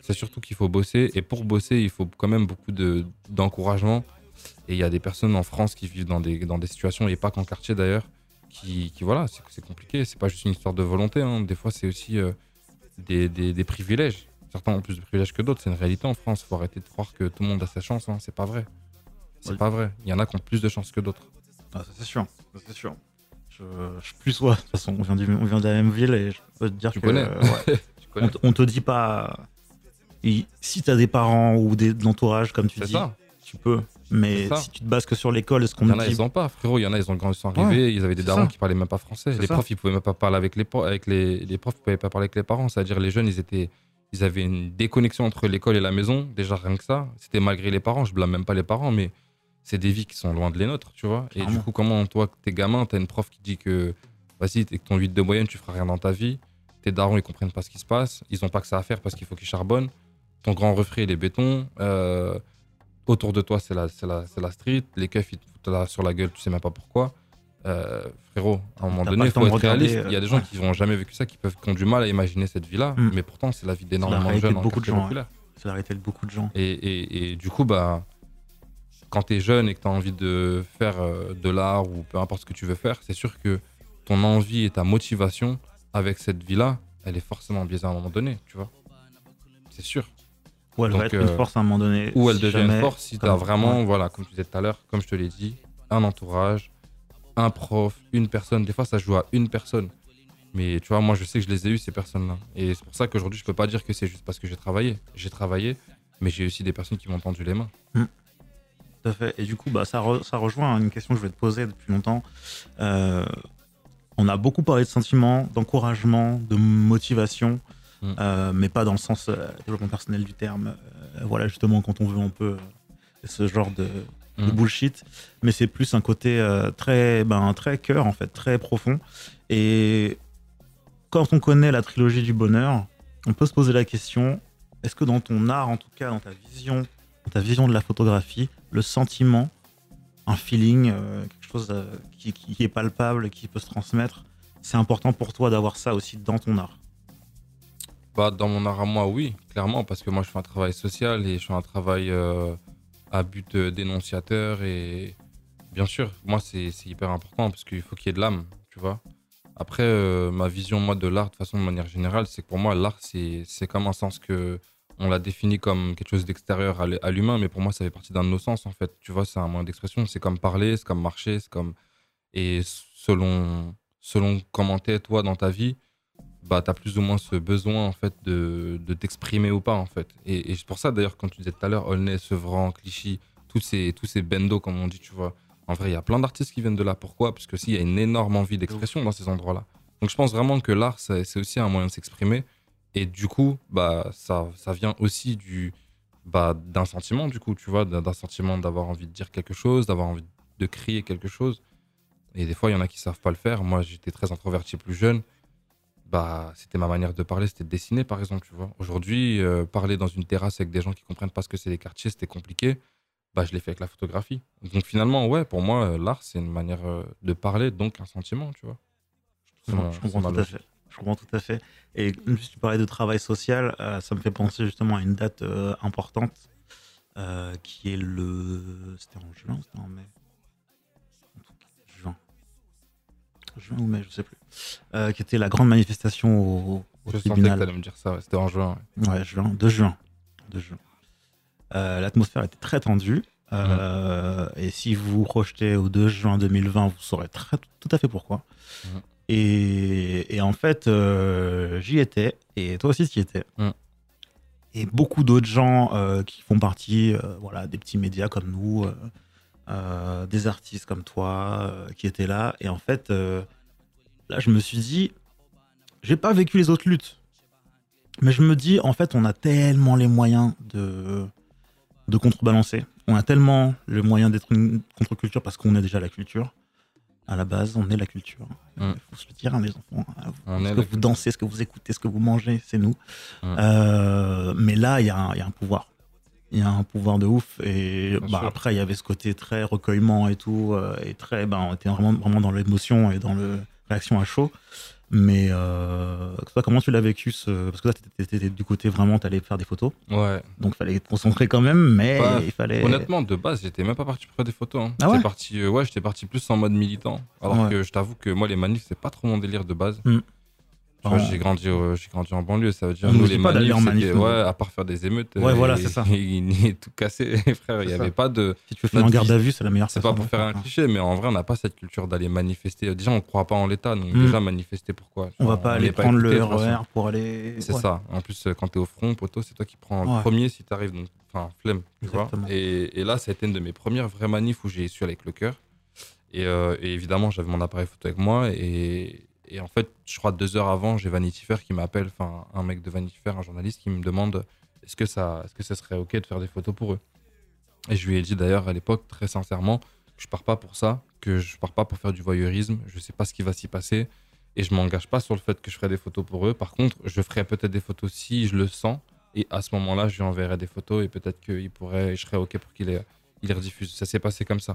Speaker 6: C'est surtout qu'il faut bosser. Et pour bosser, il faut quand même beaucoup d'encouragement. Et il y a des personnes en France qui vivent dans des situations, et pas qu'en quartier d'ailleurs, qui voilà, c'est compliqué. C'est pas juste une histoire de volonté. Hein. Des fois, c'est aussi des privilèges. Certains ont plus de privilèges que d'autres. C'est une réalité en France. Faut arrêter de croire que tout le monde a sa chance. Hein. C'est pas vrai. Pas vrai. Il y en a qui ont plus de chance que d'autres.
Speaker 1: Ah, ça, c'est sûr. Je suis plus toi. De toute façon, on vient de la même ville et je peux te dire
Speaker 6: Tu
Speaker 1: que
Speaker 6: connais. Tu connais.
Speaker 1: on te dit pas. Si t'as des parents ou de l'entourage, comme tu
Speaker 6: C'est
Speaker 1: dis,
Speaker 6: ça.
Speaker 1: tu peux. Mais
Speaker 6: C'est ça.
Speaker 1: si tu te bases que sur l'école, est-ce qu'on
Speaker 6: Il y
Speaker 1: te
Speaker 6: en a,
Speaker 1: dit
Speaker 6: ils ont pas, frérot. Il y en a, ils sont arrivés, ils avaient des
Speaker 1: c'est
Speaker 6: darons
Speaker 1: ça.
Speaker 6: qui parlaient même pas français.
Speaker 1: C'est
Speaker 6: Les
Speaker 1: ça.
Speaker 6: profs, ils pouvaient même pas parler avec les profs, ils pouvaient pas parler avec les parents. C'est-à-dire, les jeunes, ils avaient une déconnexion entre l'école et la maison. Déjà, rien que ça. C'était malgré les parents. Je blâme même pas les parents, mais c'est des vies qui sont loin de les nôtres, tu vois. Et
Speaker 1: Clairement.
Speaker 6: du coup, comment toi, t'es gamin, t'as une prof qui dit que, vas-y, t'es que ton 8 de moyenne, tu feras rien dans ta vie. Tes darons, ils comprennent pas ce qui se passe. Ils ont pas que ça à faire parce qu'il faut qu'ils charbonnent. Ton grand refrain, il est béton. Autour de toi, c'est la street. Les keufs, ils te foutent là sur la gueule, tu sais même pas pourquoi. Frérot, à un moment
Speaker 1: T'as
Speaker 6: donné,
Speaker 1: pas
Speaker 6: il
Speaker 1: le temps
Speaker 6: faut
Speaker 1: de
Speaker 6: être
Speaker 1: regarder,
Speaker 6: réaliste. Il y a des gens qui n'ont jamais vécu ça, qui ont du mal à imaginer cette vie-là.
Speaker 1: Mm.
Speaker 6: Mais pourtant, c'est la vie
Speaker 1: la
Speaker 6: d'énormément de
Speaker 1: réalité
Speaker 6: jeunes
Speaker 1: de
Speaker 6: en
Speaker 1: beaucoup de
Speaker 6: quartier
Speaker 1: gens,
Speaker 6: populaire.
Speaker 1: C'est la réalité de beaucoup de gens.
Speaker 6: Et du coup, bah, quand tu es jeune et que tu as envie de faire de l'art ou peu importe ce que tu veux faire, c'est sûr que ton envie et ta motivation avec cette vie-là, elle est forcément biaisée à un moment donné, tu vois. C'est sûr.
Speaker 1: Ou elle
Speaker 6: Donc,
Speaker 1: va être une force à un moment donné.
Speaker 6: Ou elle
Speaker 1: si
Speaker 6: devient
Speaker 1: jamais,
Speaker 6: une force si tu
Speaker 1: comme-
Speaker 6: as vraiment,
Speaker 1: ouais.
Speaker 6: voilà, comme tu disais tout à l'heure, comme je te l'ai dit, un entourage, un prof, une personne. Des fois, ça joue à une personne. Mais tu vois, moi, je sais que je les ai eues, ces personnes-là. Et c'est pour ça qu'aujourd'hui, je peux pas dire que c'est juste parce que j'ai travaillé. J'ai travaillé, mais j'ai aussi des personnes qui m'ont tendu les mains.
Speaker 1: Tout à fait. Et du coup, bah, ça rejoint une question que je vais te poser depuis longtemps. On a beaucoup parlé de sentiments, d'encouragement, de motivation, mais pas dans le sens développement personnel du terme. Voilà, justement, quand on veut, on peut. Ce genre de bullshit. Mais c'est plus un côté très cœur, en fait, très profond. Et quand on connaît la trilogie du bonheur, on peut se poser la question, est-ce que dans ton art, en tout cas, dans ta vision de la photographie, le sentiment, un feeling, quelque chose qui est palpable, qui peut se transmettre, c'est important pour toi d'avoir ça aussi dans ton art?
Speaker 6: Bah, dans mon art à moi, oui, clairement, parce que moi, je fais un travail social et je fais un travail à but dénonciateur. Et bien sûr, moi, c'est hyper important parce qu'il faut qu'il y ait de l'âme, tu vois. Après, ma vision, moi, de l'art, de façon, de manière générale, c'est que pour moi, l'art, c'est comme un sens que on l'a défini comme quelque chose d'extérieur à l'humain, mais pour moi, ça fait partie d'un de nos sens, en fait. Tu vois, c'est un moyen d'expression. C'est comme parler, c'est comme marcher, c'est comme... Et selon comment t'es, toi, dans ta vie, bah, t'as plus ou moins ce besoin, en fait, de t'exprimer ou pas, en fait. Et c'est pour ça, d'ailleurs, quand tu disais tout à l'heure, Aulnay, Sevran, Clichy, tous ces bendos, comme on dit, tu vois. En vrai, il y a plein d'artistes qui viennent de là. Pourquoi? Parce que s'il y a une énorme envie d'expression dans ces endroits-là. Donc, je pense vraiment que l'art, c'est aussi un moyen de s'exprimer. Et du coup, bah, ça vient aussi d'un sentiment, du coup, tu vois, d'un sentiment d'avoir envie de dire quelque chose, d'avoir envie de crier quelque chose. Et des fois, il y en a qui savent pas le faire. Moi, j'étais très introverti plus jeune. Bah, c'était ma manière de parler, c'était de dessiner, par exemple, tu vois. Aujourd'hui, parler dans une terrasse avec des gens qui comprennent pas ce que c'est les quartiers, c'était compliqué. Bah, je l'ai fait avec la photographie. Donc, finalement, ouais, pour moi, l'art, c'est une manière de parler, donc un sentiment, tu vois.
Speaker 1: Je comprends tout à fait. Je comprends tout à fait. Et juste, tu parlais de travail social, ça me fait penser justement à une date importante qui est C'était en juin ou c'était en mai? Juin ou mai, je sais plus. Qui était la grande manifestation au
Speaker 6: Je sentais que
Speaker 1: tribunal.
Speaker 6: t'allais me dire ça, ouais. C'était en juin. Ouais.
Speaker 1: Ouais, 2 juin. L'atmosphère était très tendue. Et si vous projetez au 2 juin 2020, vous saurez tout à fait pourquoi. Et en fait, j'y étais, et toi aussi tu y étais. Et beaucoup d'autres gens qui font partie des petits médias comme nous, des artistes comme toi qui étaient là. Et en fait, là, je me suis dit, j'ai pas vécu les autres luttes, mais je me dis, en fait, on a tellement les moyens de contrebalancer. On a tellement le moyen d'être une contre-culture parce qu'on est déjà la culture. À la base, on est la culture. Il faut se le dire, hein, les enfants. Ce que vous dansez, ce que vous écoutez, ce que vous mangez, c'est nous. Mais là, il y a un pouvoir. Il y a un pouvoir de ouf. Et après, il y avait ce côté très recueillement et tout. Et très, on était vraiment dans l'émotion et dans le réaction à chaud. Mais toi, comment tu l'as vécu parce que là, t'étais du côté vraiment, t'allais faire des photos.
Speaker 6: Ouais.
Speaker 1: Donc, il fallait te concentrer quand même, mais
Speaker 6: Bah,
Speaker 1: il fallait.
Speaker 6: Honnêtement, de base, j'étais même pas parti pour faire des photos. Hein.
Speaker 1: Ah ouais
Speaker 6: J'étais parti plus en mode militant. Alors
Speaker 1: Ouais.
Speaker 6: que je t'avoue que moi, les manifs, c'est pas trop mon délire de base. Tu vois,
Speaker 1: Vraiment.
Speaker 6: j'ai grandi en banlieue, ça veut dire
Speaker 1: On
Speaker 6: nous
Speaker 1: nous
Speaker 6: les
Speaker 1: dit pas d'aller en
Speaker 6: manifs,
Speaker 1: manif,
Speaker 6: c'était,
Speaker 1: nous.
Speaker 6: ouais, à part faire des émeutes,
Speaker 1: Ouais, voilà, c'est ça.
Speaker 6: et tout casser, frère, il y
Speaker 1: C'est
Speaker 6: avait
Speaker 1: ça.
Speaker 6: pas de.
Speaker 1: Si tu veux faire en
Speaker 6: notre
Speaker 1: garde
Speaker 6: vie,
Speaker 1: à vue, c'est la meilleure
Speaker 6: C'est
Speaker 1: façon
Speaker 6: pas pour
Speaker 1: de
Speaker 6: faire un
Speaker 1: faire.
Speaker 6: cliché, mais en vrai, on n'a pas cette culture d'aller manifester. Déjà, on croit pas en l'État, donc
Speaker 1: Mm.
Speaker 6: déjà manifester pourquoi
Speaker 1: On va
Speaker 6: Enfin,
Speaker 1: pas aller
Speaker 6: n'est pas
Speaker 1: prendre
Speaker 6: écouté,
Speaker 1: le
Speaker 6: de toute façon.
Speaker 1: RER pour aller.
Speaker 6: C'est
Speaker 1: Ouais.
Speaker 6: ça. En plus, quand t'es au front, poteau, c'est toi qui prends
Speaker 1: Ouais.
Speaker 6: le premier si t'arrives. Donc, enfin, flemme, tu vois.
Speaker 1: Exactement.
Speaker 6: Et là, ça a été une de mes premières vraies manifs où j'ai su avec le cœur. Et évidemment, j'avais mon appareil photo avec moi. Et en fait, je crois 2 heures avant, j'ai Vanity Fair qui m'appelle, enfin, un mec de Vanity Fair, un journaliste qui me demande est-ce que ça serait OK de faire des photos pour eux. Et je lui ai dit d'ailleurs à l'époque, très sincèrement, que je pars pas pour ça, que je pars pas pour faire du voyeurisme. Je sais pas ce qui va s'y passer. Et je m'engage pas sur le fait que je ferai des photos pour eux. Par contre, je ferai peut-être des photos si je le sens. Et à ce moment-là, je lui enverrai des photos et peut-être je serai OK pour qu'il les rediffuse. Ça s'est passé comme ça.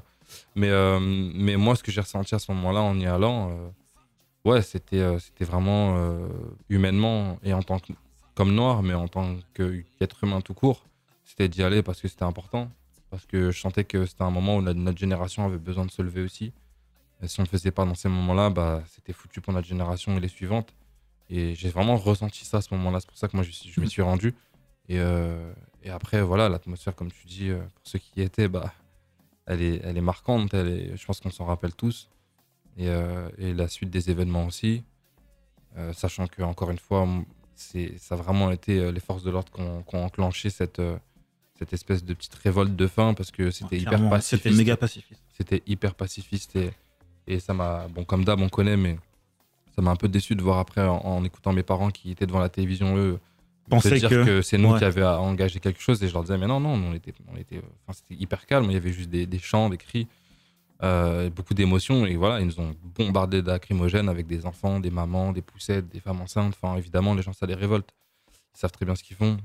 Speaker 6: Mais moi, ce que j'ai ressenti à ce moment-là en y allant, ouais, c'était vraiment humainement et comme noir, mais en tant qu'être humain tout court, c'était d'y aller parce que c'était important. Parce que je sentais que c'était un moment où notre génération avait besoin de se lever aussi. Et si on ne le faisait pas dans ces moments-là, bah, c'était foutu pour notre génération et les suivantes. Et j'ai vraiment ressenti ça à ce moment-là. C'est pour ça que moi, je m'y suis rendu. Et après, voilà, l'atmosphère, comme tu dis, pour ceux qui y étaient, bah, elle est marquante. Je pense qu'on s'en rappelle tous. Et la suite des événements aussi. Sachant que, encore une fois, ça a vraiment été les forces de l'ordre qui ont enclenché cette espèce de petite révolte de faim parce que c'était hyper
Speaker 1: Clairement,
Speaker 6: pacifiste.
Speaker 1: C'était méga pacifiste.
Speaker 6: C'était hyper pacifiste et ça m'a, bon, comme d'hab, on connaît, mais ça m'a un peu déçu de voir après, en écoutant mes parents qui étaient devant la télévision, eux, se
Speaker 1: Penser
Speaker 6: dire que c'est nous
Speaker 1: ouais.
Speaker 6: qui avions engagé quelque chose. Et je leur disais, mais non, on était enfin, c'était hyper calme. Il y avait juste des chants, des cris, beaucoup d'émotions. Et voilà, ils nous ont bombardé de lacrymogènes avec des enfants, des mamans, des poussettes, des femmes enceintes. Enfin, évidemment, les gens, ça les révolte. Ils savent très bien ce qu'ils font.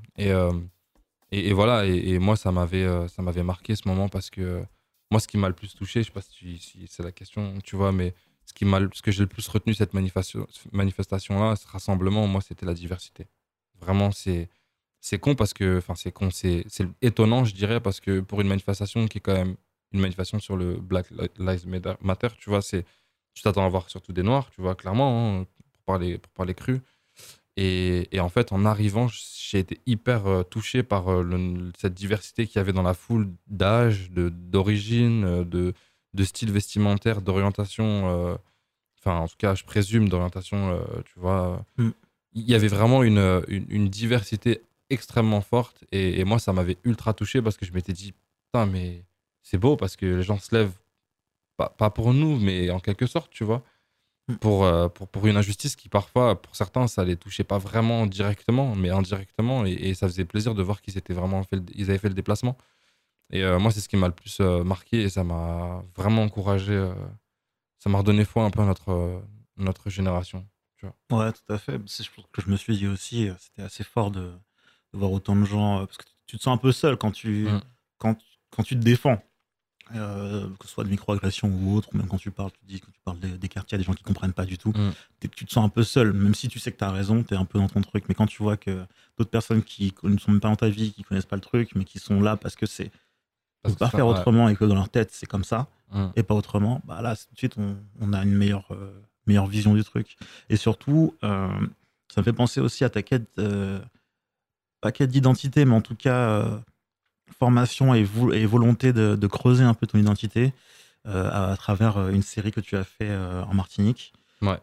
Speaker 6: Et voilà, et moi, ça m'avait marqué ce moment parce que moi, ce qui m'a le plus touché, je sais pas si c'est la question, tu vois, mais ce que j'ai le plus retenu cette manifestation-là, ce rassemblement, moi, c'était la diversité. Vraiment, c'est con parce que, enfin, c'est con, c'est étonnant, je dirais, parce que pour une manifestation qui est quand même une manifestation sur le Black Lives Matter, tu vois, tu t'attends à voir surtout des Noirs, tu vois, clairement, hein, pour parler cru. Et en fait, en arrivant, j'ai été hyper touché par cette diversité qu'il y avait dans la foule d'âge, d'origine, de style vestimentaire, d'orientation. Enfin, en tout cas, je présume d'orientation, tu vois. Il y avait vraiment une diversité extrêmement forte. Et moi, ça m'avait ultra touché parce que je m'étais dit, putain, mais c'est beau parce que les gens se lèvent, pas pour nous, mais en quelque sorte, tu vois. Pour une injustice qui parfois, pour certains, ça les touchait pas vraiment directement, mais indirectement, et ça faisait plaisir de voir qu'ils avaient fait le déplacement. Et moi, c'est ce qui m'a le plus marqué, et ça m'a vraiment encouragé, ça m'a redonné foi un peu à notre génération. Tu vois.
Speaker 1: Ouais, tout à fait. C'est ce que je me suis dit aussi. C'était assez fort de voir autant de gens. Parce que tu te sens un peu seul quand quand tu te défends. Que ce soit de microagression ou autre, ou même quand tu parles des quartiers, il y a des gens qui comprennent pas du tout. Tu te sens un peu seul, même si tu sais que tu as raison, tu es un peu dans ton truc. Mais quand tu vois que d'autres personnes qui ne sont même pas dans ta vie, qui connaissent pas le truc, mais qui sont là parce que c'est ne pas faire autrement et que dans leur tête c'est comme ça et pas autrement, bah là tout de suite on a une meilleure vision du truc. Et surtout, ça me fait penser aussi à ta quête, pas quête d'identité, mais en tout cas formation et volonté de creuser un peu ton identité à travers une série que tu as fait en Martinique.
Speaker 6: Ouais.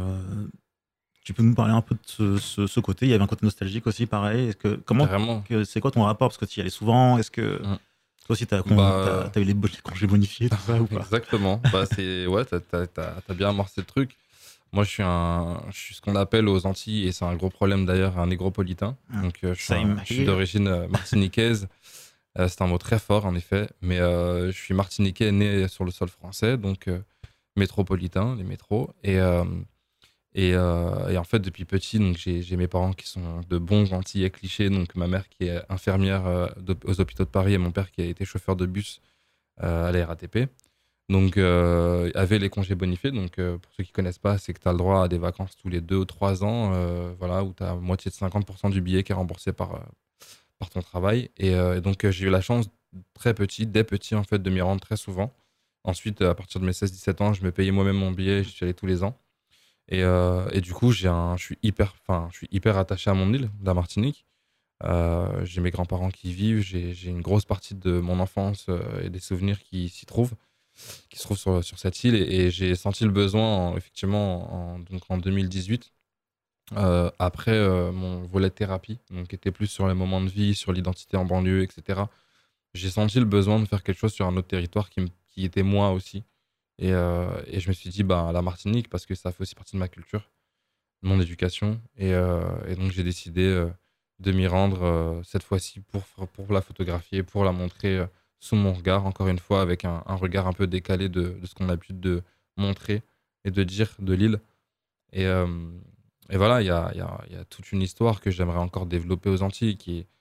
Speaker 1: Tu peux nous parler un peu de ce côté? Il y avait un côté nostalgique aussi, pareil. C'est quoi ton rapport? Parce que tu y allais souvent. Est-ce que toi aussi, tu as eu les congés bonifiés, tout ça, ou pas?
Speaker 6: Exactement. Ouais, t'as bien amorcé le truc. Moi, je suis ce qu'on appelle aux Antilles, et c'est un gros problème d'ailleurs, un négropolitain. Donc, je suis d'origine martiniquaise. C'est un mot très fort, en effet. Mais je suis martiniquais, né sur le sol français, donc métropolitain, les métros. Et en fait, depuis petit, donc, j'ai mes parents qui sont de bons Antillais clichés. Donc, ma mère qui est infirmière aux hôpitaux de Paris et mon père qui a été chauffeur de bus à la RATP. Donc, il y avait les congés bonifiés. Donc, pour ceux qui connaissent pas, c'est que tu as le droit à des vacances tous les 2 ou 3 ans, voilà, où tu as moitié de 50% du billet qui est remboursé par ton travail. Et donc, j'ai eu la chance, dès petit, en fait, de m'y rendre très souvent. Ensuite, à partir de mes 16-17 ans, je me payais moi-même mon billet, j'y suis allé tous les ans. Et du coup, je suis hyper attaché à mon île, la Martinique. J'ai mes grands-parents qui y vivent, j'ai une grosse partie de mon enfance et des souvenirs qui se trouvent sur cette île. Et j'ai senti le besoin, effectivement, donc en 2018, après mon volet thérapie, donc qui était plus sur les moments de vie, sur l'identité en banlieue, etc. J'ai senti le besoin de faire quelque chose sur un autre territoire qui était moi aussi. Et je me suis dit, bah, la Martinique, parce que ça fait aussi partie de ma culture, de mon éducation. Et donc, j'ai décidé de m'y rendre cette fois-ci pour la photographier, pour la montrer sous mon regard, encore une fois, avec un regard un peu décalé de ce qu'on a l'habitude de montrer et de dire de l'île. Et, euh, et voilà, il y a toute une histoire que j'aimerais encore développer aux Antilles,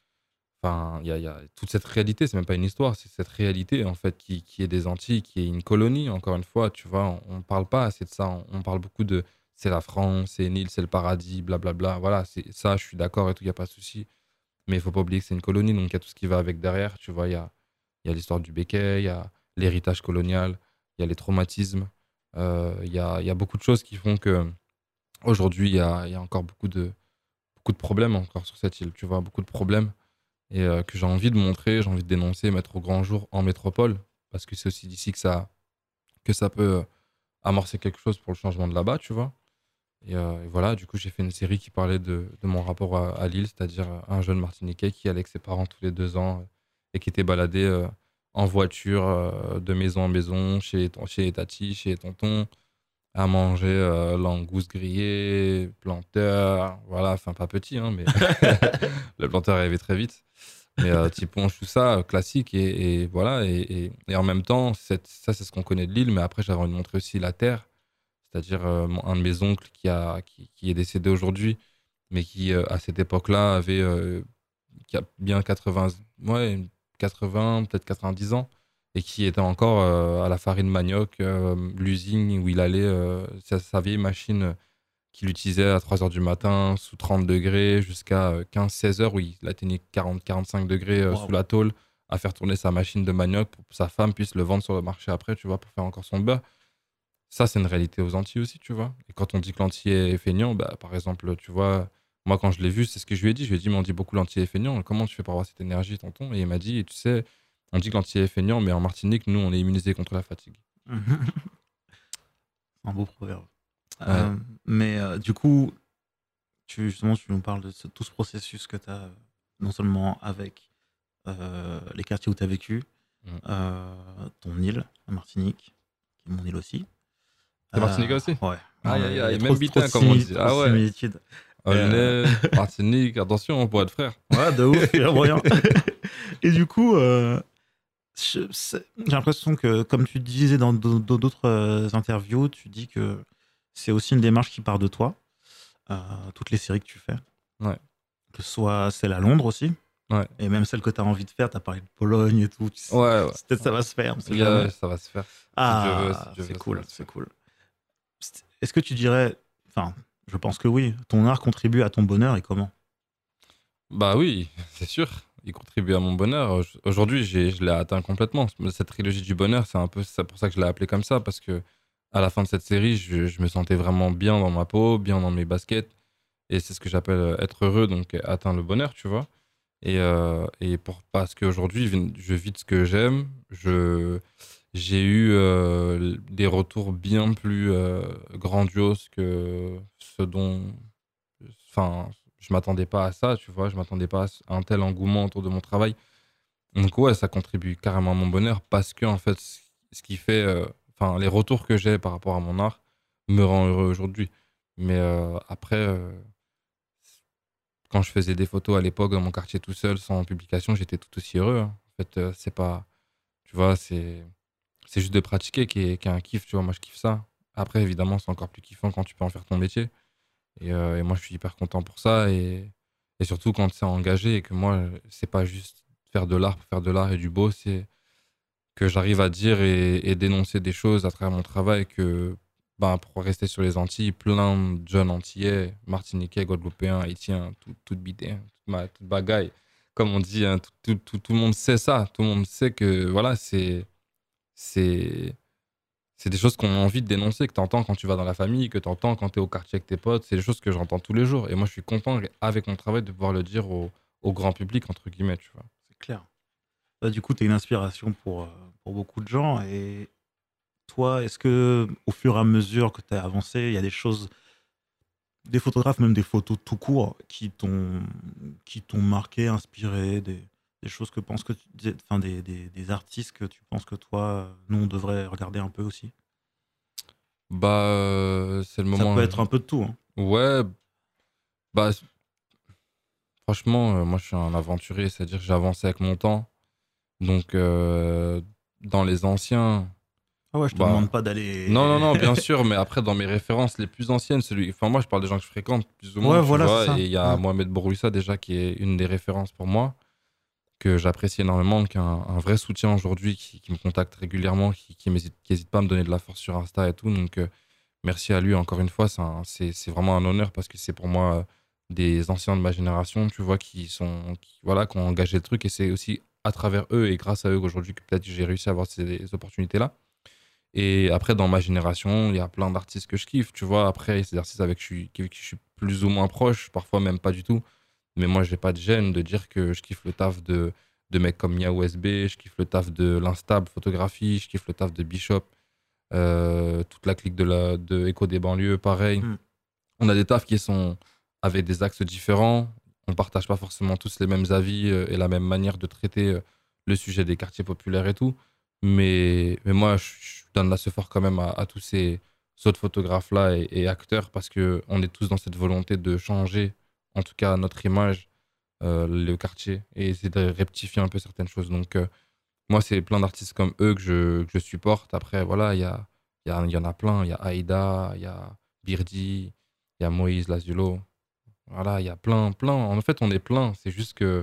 Speaker 6: enfin, il y a toute cette réalité, c'est même pas une histoire, c'est cette réalité en fait qui est des Antilles, qui est une colonie, encore une fois, tu vois, on parle pas assez de ça, on parle beaucoup de c'est la France, c'est une île, c'est le paradis, blablabla, voilà, c'est ça, je suis d'accord et tout, il y a pas de souci, mais il faut pas oublier que c'est une colonie, donc il y a tout ce qui va avec derrière, tu vois, il y a l'histoire du béquet, il y a l'héritage colonial, il y a les traumatismes, il y a beaucoup de choses qui font que aujourd'hui il y a encore beaucoup de problèmes encore sur cette île, tu vois, beaucoup de problèmes et que j'ai envie de montrer, j'ai envie de dénoncer, mettre au grand jour en métropole, parce que c'est aussi d'ici que ça peut amorcer quelque chose pour le changement de là-bas, tu vois. Et voilà, du coup, j'ai fait une série qui parlait de mon rapport à l'île, c'est-à-dire un jeune Martiniquais qui allait avec ses parents tous les 2 ans et qui était baladé en voiture de maison en maison, chez les tatis, chez les tontons, à manger langoustes grillées, planteur, voilà, enfin pas petit, hein, mais le planteur arrivait très vite. Mais Tiponche, tout ça, classique. Et voilà. Et en même temps, ça, c'est ce qu'on connaît de l'île. Mais après, j'avais envie de montrer aussi la terre. C'est-à-dire un de mes oncles qui est décédé aujourd'hui, mais qui, à cette époque-là, qui a bien 80, ouais, 80, peut-être 90 ans, et qui était encore à la farine manioc, l'usine où il allait, sa vieille machine qu'il utilisait à 3 heures du matin, sous 30 degrés, jusqu'à 15-16 heures, où il atteignait 40-45 degrés
Speaker 1: Wow.
Speaker 6: sous la tôle, à faire tourner sa machine de manioc pour que sa femme puisse le vendre sur le marché après, tu vois, pour faire encore son beurre. Ça, c'est une réalité aux Antilles aussi, tu vois. Et quand on dit que l'Antillais est feignant, bah, par exemple, tu vois, moi, quand je l'ai vu, c'est ce que je lui ai dit. Je lui ai dit, mais on dit beaucoup l'Antillais est feignant. Comment tu fais pour avoir cette énergie, tonton? Et il m'a dit, tu sais, on dit que l'Antillais est feignant, mais en Martinique, nous, on est immunisé contre la fatigue.
Speaker 1: Un beau proverbe.
Speaker 6: Ouais.
Speaker 1: Mais du coup, justement, tu nous parles de tout ce processus que tu as, non seulement avec les quartiers où tu as vécu, ton île, la Martinique, qui est mon île aussi.
Speaker 6: T'es Martiniquais aussi?
Speaker 1: Ouais.
Speaker 6: Aïe, aïe,
Speaker 1: Il y a
Speaker 6: aïe,
Speaker 1: trop-
Speaker 6: même
Speaker 1: trop
Speaker 6: bitin,
Speaker 1: de
Speaker 6: comme on dit.
Speaker 1: trop
Speaker 6: Ah
Speaker 1: de
Speaker 6: ouais.
Speaker 1: similitudes.
Speaker 6: Aulnay, Martinique, attention, on pourrait être frères.
Speaker 1: Ouais, de ouf, il y a moyen. Et du coup, j'ai l'impression que, comme tu disais dans d'autres interviews, tu dis que c'est aussi une démarche qui part de toi, toutes les séries que tu fais.
Speaker 6: Ouais.
Speaker 1: Que ce soit celle à Londres aussi,
Speaker 6: Ouais.
Speaker 1: et même celle que tu as envie de faire, tu as parlé de Pologne et tout. Tu sais,
Speaker 6: Ouais.
Speaker 1: peut-être ça va se faire. on sait
Speaker 6: Yeah,
Speaker 1: jamais.
Speaker 6: ça va se faire.
Speaker 1: Ah,
Speaker 6: si Dieu veut,
Speaker 1: c'est
Speaker 6: ça
Speaker 1: cool,
Speaker 6: va se
Speaker 1: c'est
Speaker 6: faire.
Speaker 1: cool. Est-ce que tu dirais, enfin, je pense que oui, ton art contribue à ton bonheur et comment?
Speaker 6: Bah oui, c'est sûr. Il contribue à mon bonheur. Aujourd'hui, je l'ai atteint complètement. Cette trilogie du bonheur, c'est un peu pour ça que je l'ai appelé comme ça, parce que à la fin de cette série, je me sentais vraiment bien dans ma peau, bien dans mes baskets. Et c'est ce que j'appelle être heureux, donc atteindre le bonheur, tu vois. Parce qu'aujourd'hui, je vis de ce que j'aime. J'ai eu des retours bien plus grandioses que ce dont. Enfin, je m'attendais pas à ça, tu vois. Je m'attendais pas à un tel engouement autour de mon travail. Donc, ouais, ça contribue carrément à mon bonheur parce que, en fait, ce qui fait. Enfin, les retours que j'ai par rapport à mon art me rend heureux aujourd'hui. Mais après. Quand je faisais des photos à l'époque dans mon quartier tout seul, sans publication, j'étais tout aussi heureux, hein. En fait, c'est pas. Tu vois, c'est juste de pratiquer qui est un kiff, tu vois. Moi, je kiffe ça. Après, évidemment, c'est encore plus kiffant quand tu peux en faire ton métier. Et moi, je suis hyper content pour ça. Et surtout quand c'est engagé et que moi, c'est pas juste faire de l'art pour faire de l'art et du beau, c'est que j'arrive à dire et dénoncer des choses à travers mon travail que, pour rester sur les Antilles, plein de jeunes Antillais, Martiniquais, Guadeloupéens, Haïtiens, tout bidé, toute bagaille, comme on dit, hein, tout le monde sait ça. Tout le monde sait que, voilà, c'est des choses qu'on a envie de dénoncer, que tu entends quand tu vas dans la famille, que tu entends quand tu es au quartier avec tes potes. C'est des choses que j'entends tous les jours. Et moi, je suis content, avec mon travail, de pouvoir le dire au grand public, entre guillemets, tu vois.
Speaker 1: C'est clair. Du coup, tu es une inspiration pour beaucoup de gens. Et toi, est-ce que au fur et à mesure que tu as avancé, il y a des choses, des photographes, même des photos tout court, qui t'ont marqué, inspiré, des choses que penses que des artistes que tu penses que toi, nous, on devrait regarder un peu aussi?
Speaker 6: C'est le moment.
Speaker 1: Ça peut être un peu de tout. Hein.
Speaker 6: Ouais, franchement, moi je suis un aventurier, c'est-à-dire que j'ai avancé avec mon temps. Donc, dans les anciens.
Speaker 1: Ah ouais, je te demande pas d'aller.
Speaker 6: Non, bien sûr, mais après, dans mes références les plus anciennes, moi je parle des gens que je fréquente plus ou moins.
Speaker 1: Ouais,
Speaker 6: tu
Speaker 1: voilà,
Speaker 6: vois,
Speaker 1: c'est ça.
Speaker 6: et il y a Mohamed Bourouissa déjà qui est une des références pour moi, que j'apprécie énormément, qui a un vrai soutien aujourd'hui, qui me contacte régulièrement, qui hésite pas à me donner de la force sur Insta et tout. Donc, merci à lui encore une fois. C'est vraiment un honneur parce que c'est pour moi des anciens de ma génération, tu vois, qui ont engagé le truc. Et c'est aussi à travers eux et grâce à eux qu'aujourd'hui que peut-être j'ai réussi à avoir ces opportunités-là. Et après, dans ma génération, il y a plein d'artistes que je kiffe, tu vois. Après, c'est des artistes avec qui je suis plus ou moins proche, parfois même pas du tout. Mais moi, j'ai pas de gêne de dire que je kiffe le taf de mecs comme Miao SB, je kiffe le taf de l'Instable Photographie, je kiffe le taf de Bishop, toute la clique de Echo des banlieues, pareil. On a des tafs qui sont avec des axes différents. On partage pas forcément tous les mêmes avis et la même manière de traiter le sujet des quartiers populaires et tout. Mais moi, je donne la ce fort quand même à tous ces autres photographes-là et acteurs parce qu'on est tous dans cette volonté de changer, en tout cas notre image, le quartier, et essayer de rectifier un peu certaines choses. Donc, moi, c'est plein d'artistes comme eux que je supporte. Après, voilà, il y en a plein. Il y a Aïda, il y a Birdi, il y a Moïse Lazulo. Voilà, il y a plein. En fait, on est plein. C'est juste que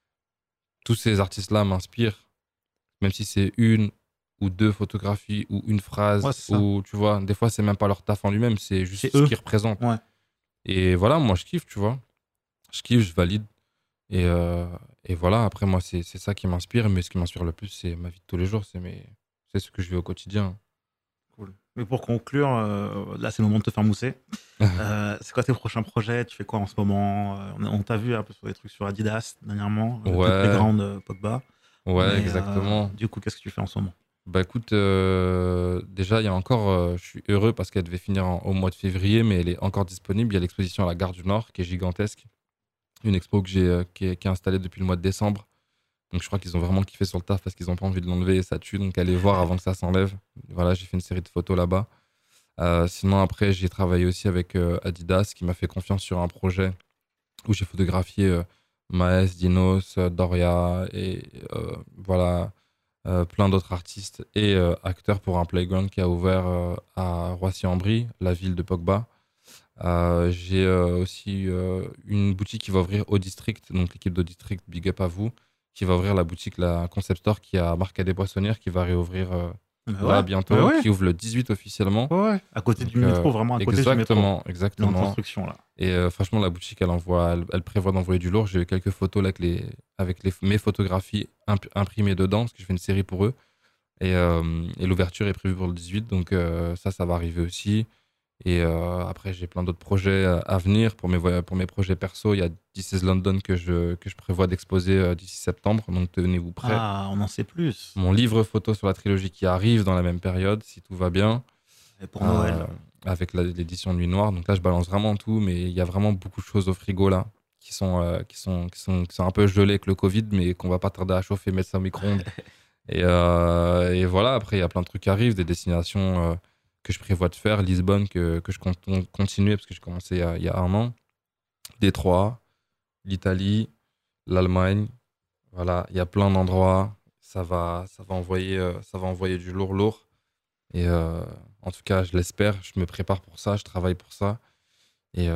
Speaker 6: tous ces artistes-là m'inspirent. Même si c'est une ou deux photographies ou une phrase, ou tu vois, des fois c'est même pas leur taf en lui-même, c'est juste ce qu'ils représentent.
Speaker 1: Ouais.
Speaker 6: Et voilà, moi je kiffe, tu vois. Je kiffe, je valide. Et voilà, après moi c'est ça qui m'inspire, mais ce qui m'inspire le plus c'est ma vie de tous les jours, c'est ce que je vis au quotidien.
Speaker 1: Cool. Mais pour conclure, là c'est le moment de te faire mousser. C'est quoi tes prochains projets? Tu fais quoi en ce moment? On t'a vu un peu sur des trucs sur Adidas dernièrement, le Playground Pogba.
Speaker 6: Ouais, exactement.
Speaker 1: Du coup, qu'est-ce que tu fais en ce moment?
Speaker 6: Écoute, déjà, il y a encore, je suis heureux parce qu'elle devait finir au mois de février, mais elle est encore disponible. Il y a l'exposition à la Gare du Nord qui est gigantesque. Une expo qui est installée depuis le mois de décembre. Donc, je crois qu'ils ont vraiment kiffé sur le taf parce qu'ils n'ont pas envie de l'enlever et ça tue. Donc, allez voir avant que ça s'enlève. Voilà, j'ai fait une série de photos là-bas. Sinon, après, j'ai travaillé aussi avec Adidas qui m'a fait confiance sur un projet où j'ai photographié Maes, Dinos, Doria et voilà, plein d'autres artistes et acteurs pour un playground qui a ouvert à Roissy-en-Brie, la ville de Pogba. J'ai aussi une boutique qui va ouvrir au district, donc l'équipe de district, big up à vous, qui va ouvrir la boutique, la concept store qui a Marqué des Poissonnières, qui va réouvrir là bientôt, qui ouvre le 18 officiellement.
Speaker 1: Ouais, à côté du métro, vraiment à côté du métro.
Speaker 6: Exactement.
Speaker 1: Dans construction là.
Speaker 6: Et franchement, la boutique, elle prévoit d'envoyer du lourd. J'ai eu quelques photos là, avec mes photographies imprimées dedans, parce que je fais une série pour eux. Et l'ouverture est prévue pour le 18, donc ça va arriver aussi. Et après, j'ai plein d'autres projets à venir. Pour mes projets perso, il y a This is London que je prévois d'exposer d'ici septembre, donc tenez-vous prêts.
Speaker 1: Ah, on en sait plus.
Speaker 6: Mon livre photo sur la trilogie qui arrive dans la même période, si tout va bien.
Speaker 1: Et pour Noël.
Speaker 6: Avec l'édition Nuit Noire. Donc là, je balance vraiment tout, mais il y a vraiment beaucoup de choses au frigo là, qui sont un peu gelées avec le Covid, mais qu'on va pas tarder à chauffer, mettre ça au micro-ondes. et voilà, après, il y a plein de trucs qui arrivent, des destinations que je prévois de faire. Lisbonne, que je compte continuer, parce que j'ai commencé il y a 1 an. Détroit, l'Italie, l'Allemagne. Voilà, il y a plein d'endroits. Ça va envoyer du lourd. Et en tout cas, je l'espère. Je me prépare pour ça. Je travaille pour ça. Et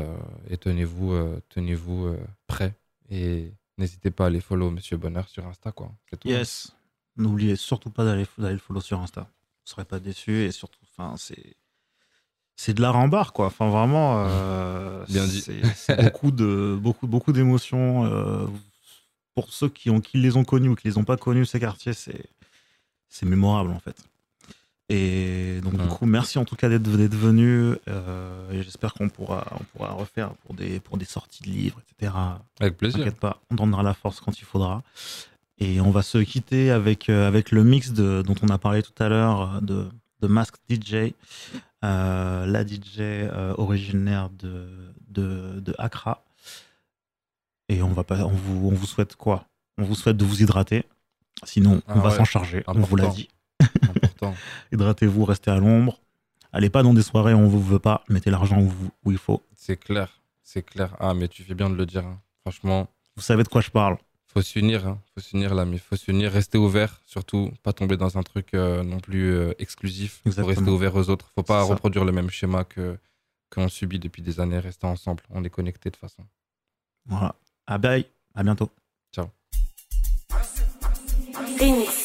Speaker 6: tenez-vous prêts. Et n'hésitez pas à aller follow Monsieur Bonheur sur Insta, quoi. C'est tout.
Speaker 1: Yes. n'oubliez surtout pas d'aller le follow sur Insta. Vous ne serez pas déçus et surtout, c'est de l'art en barre, quoi. Enfin, vraiment,
Speaker 6: Bien dit.
Speaker 1: c'est beaucoup d'émotions. Pour ceux qui les ont connus ou qui les ont pas connus, ces quartiers, c'est mémorable, en fait. Et donc, du coup, merci en tout cas d'être venu. Et j'espère qu'on pourra refaire pour des sorties de livres, etc.
Speaker 6: Avec plaisir.
Speaker 1: T'inquiète pas, on donnera la force quand il faudra. Et on va se quitter avec le mix dont on a parlé tout à l'heure de Masked DJ, la DJ originaire de Accra. Et on vous souhaite quoi? On vous souhaite de vous hydrater. Sinon, on va s'en charger.
Speaker 6: Important.
Speaker 1: On vous l'a dit.
Speaker 6: Important.
Speaker 1: Hydratez-vous, restez à l'ombre. Allez pas dans des soirées où on vous veut pas. Mettez l'argent où il faut.
Speaker 6: C'est clair. Ah, mais tu fais bien de le dire. Hein. Franchement.
Speaker 1: Vous savez de quoi je parle.
Speaker 6: Faut s'unir, hein. Faut s'unir, l'ami. Faut s'unir, rester ouvert, surtout. Pas tomber dans un truc non plus exclusif.
Speaker 1: Exactement.
Speaker 6: Faut rester ouvert aux autres. Faut pas
Speaker 1: C'est ça.
Speaker 6: reproduire le même schéma qu'on subit depuis des années. Rester ensemble. On est connectés de toute façon.
Speaker 1: Voilà. Bye. À bientôt.
Speaker 6: Ciao.
Speaker 2: Phoenix.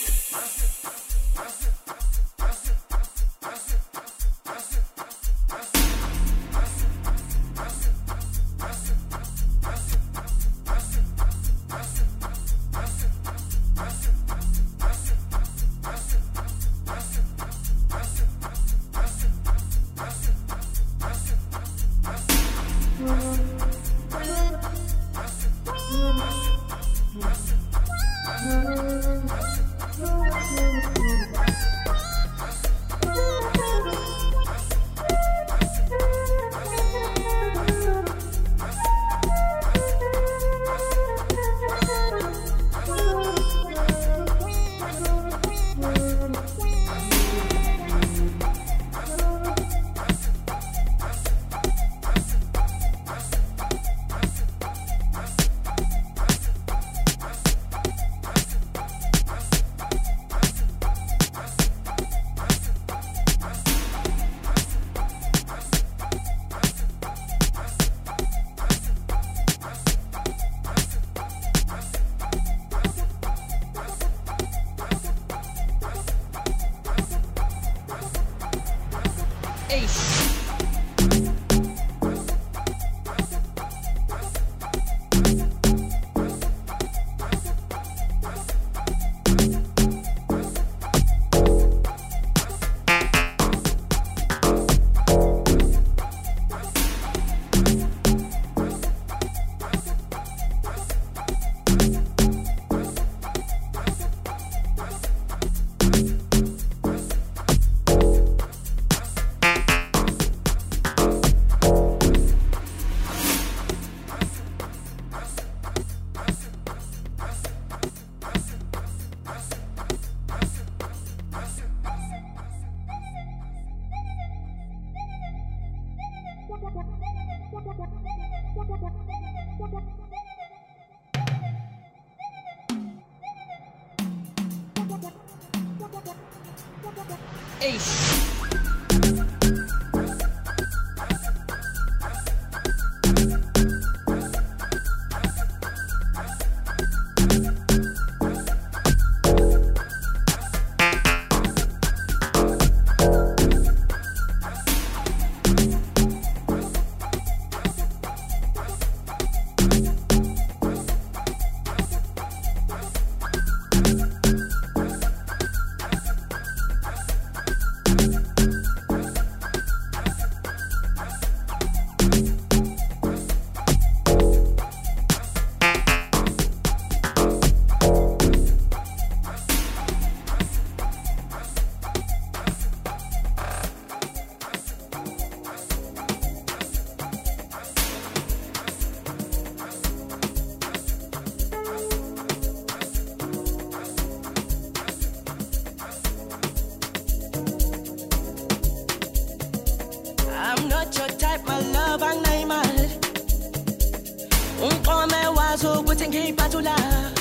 Speaker 7: ngiphathula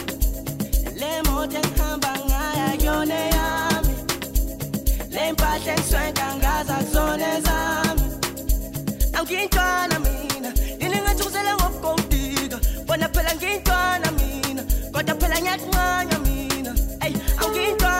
Speaker 7: le moto engihamba ngayo yona yami le mpahla engiswenka ngaza kuzona zami angintwana mina yini ngathi uzele ngokukodika bona phela ngintwana mina kodwa phela ngiyakunqanya mina hey angintwana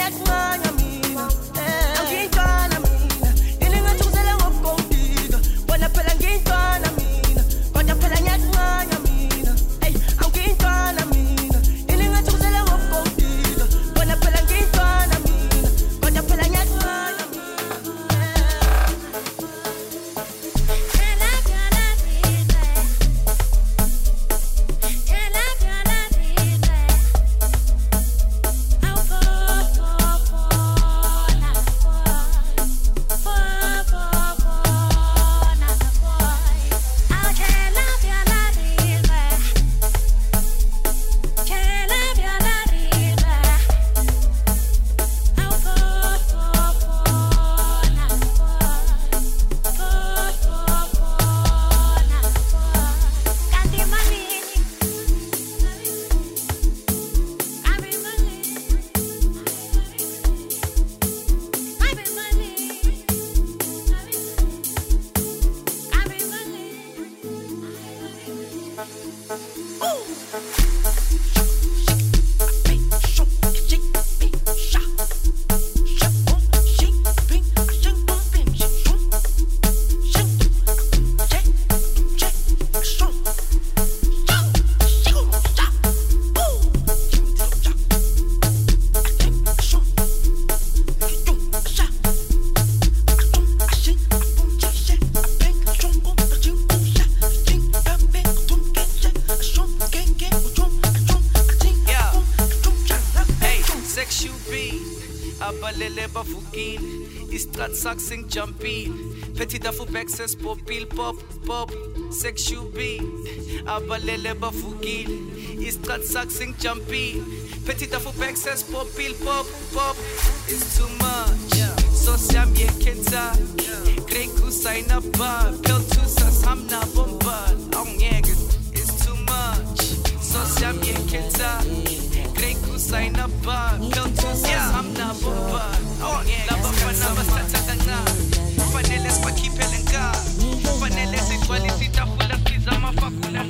Speaker 7: nyancanya mina angiyintwana mina ilingathukuzela ngokukomdika bona phela ngiyintwana mina kodwa phela nyancanya mina hey angiyintwana mina ilingathukuzela ngokukomdika bona phela ngiyintwana mina kodwa phela nyancanya
Speaker 4: Saxing jumpy, petit dafu bexes popil pop pop, sexu beat, abalele bafugil, istrat saxing jumpy, petit dafu bexes popil pop pop, it's too much, so siam ye kenta, greku sign up bar, pill to samna bomba, it's too much, so siam ye kenta, greku sign up bar, pill to samna bomba, la bafana basata. Fanele spakiphele nga fanele sitwali sitafula sizama fakula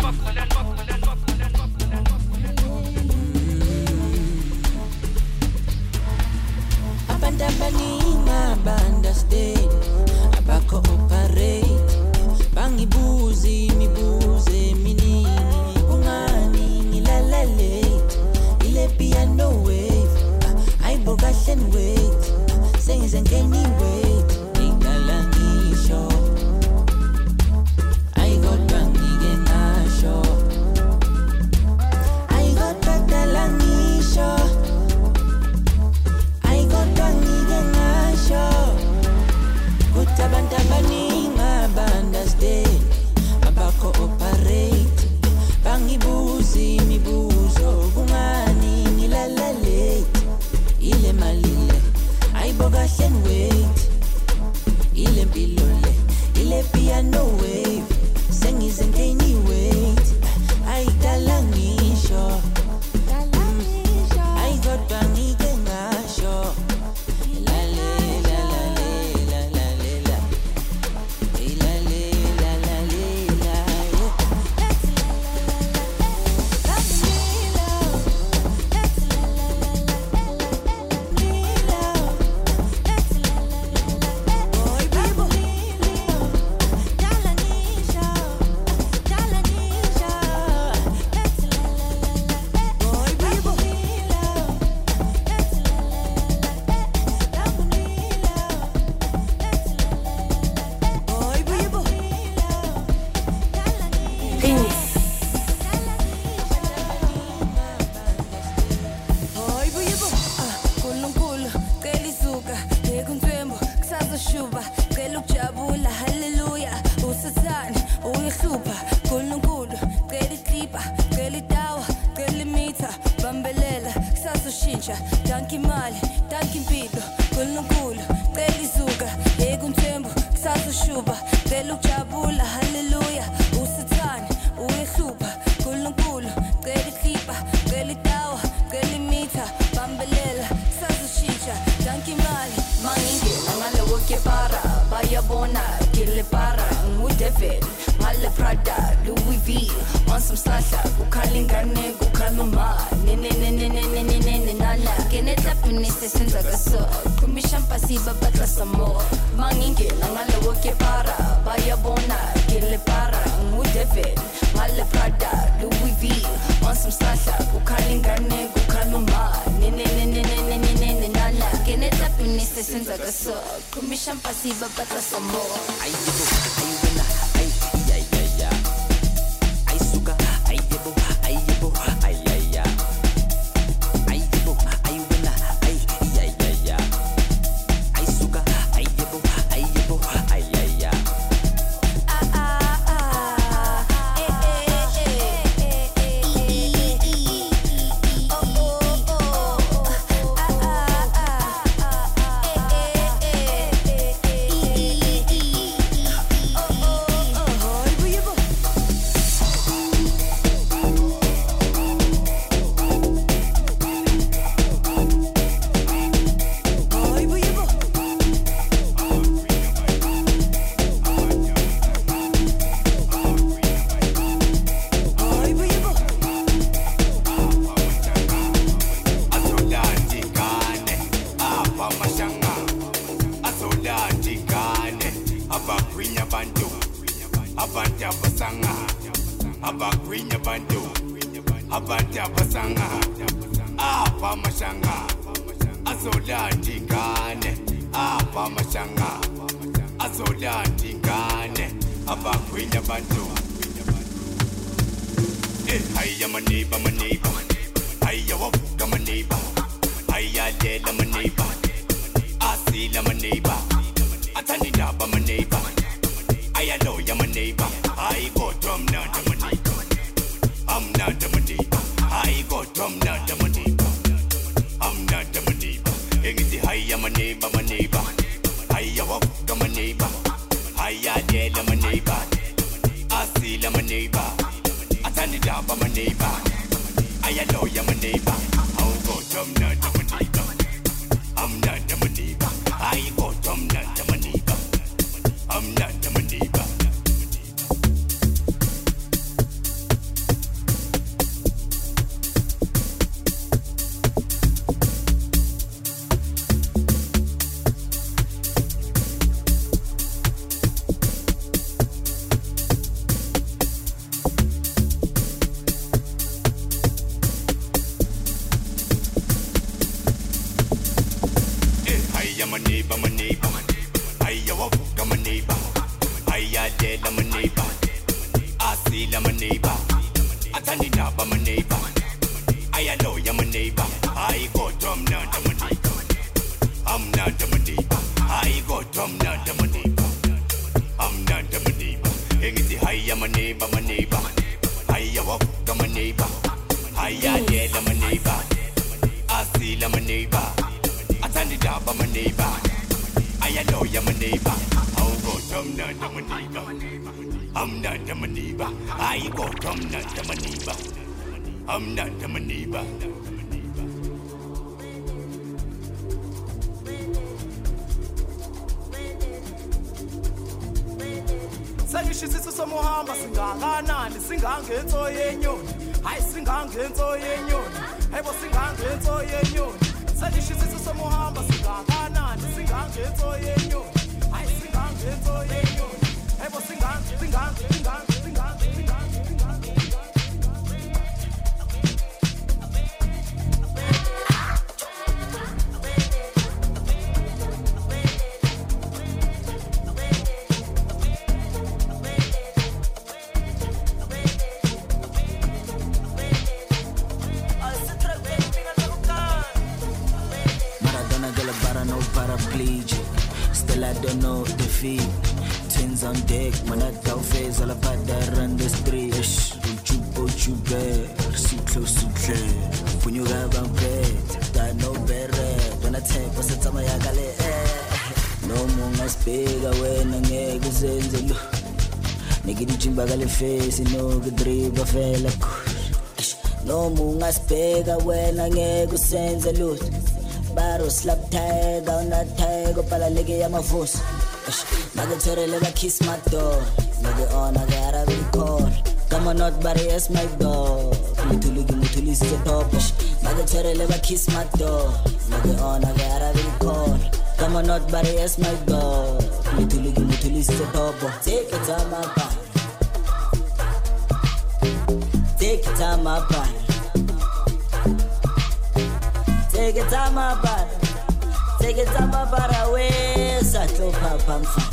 Speaker 7: abantu abaningi bandastate abakho operate bangibuzi imibuzo eminingi ungani ngilalele ile piano wave ayibo kahle wait sengize ngeni wait ngidala ngisho ayikodwa ngike ngasho ayikodwa dala ngisho ayikodwa ngike ngasho kuthi abantu abaningi abandastate abakho operate bangibuzi imibuzo kungani ngilala late ile malile ayibo kahle wait ile mpilo le ile piano wave sengize ngeni wait ayidala ngisho ayikodwa ngike ngasho la la la la la la la la la la la Prada, Louis V, on some Sasha, Kukalingane, Kukaluma, Nana, get it
Speaker 2: Nitapinise senza kaso Kumishan pasiba batla samo Mangingin ang alawa ke para Baya bona kile para Ngudevin Ngale Prada Louis V On some slasha Kukalingane kukaluma Nene nana Nitapinise senza kaso Kumishan pasiba batla samo
Speaker 8: Ayibo, ayibona, ay, ya, ya, ya. Ay, suka, ayibo, ayibo, ay, ya, ya. Ayibo, ayibona, ay, ya, ya, ya. Ay, suka, ayibo, ayibo, ay, ya, ya.
Speaker 5: Sengishisiso somuhamba singakanani singangenzo yenyoni hayi singangenzo yenyoni hayibo singangenzo yenyoni Sengishisiso somuhamba singakanani singangenzo yenyoni hayi singangenzo yenyoni hayibo singangenzo
Speaker 8: Still I don't know defeat. Twins on deck, man at down face, all about that run the street. What you bear, so close to clear. When you have a bed, that no better. Don't I take what's the time I got it? No more my speak away, no nigga sends a look. Nigga, the gym bag face, no good drip, I fell like. No more my speak away, no nigga sends a look. Baro slap tag on that tag up ala lege ya mafos. Naga tere lega kiss my door. Naga on I gotta record. Come on not body as my dog. Mutuli stop. Naga tere leva kiss my door. Naga on naga arabi call. Come on not bari yes my god. Mutuli stop. Take it time my pa. Take it time my pa. Take it time my pa. Take it time my pa away. Satlo papa mfa.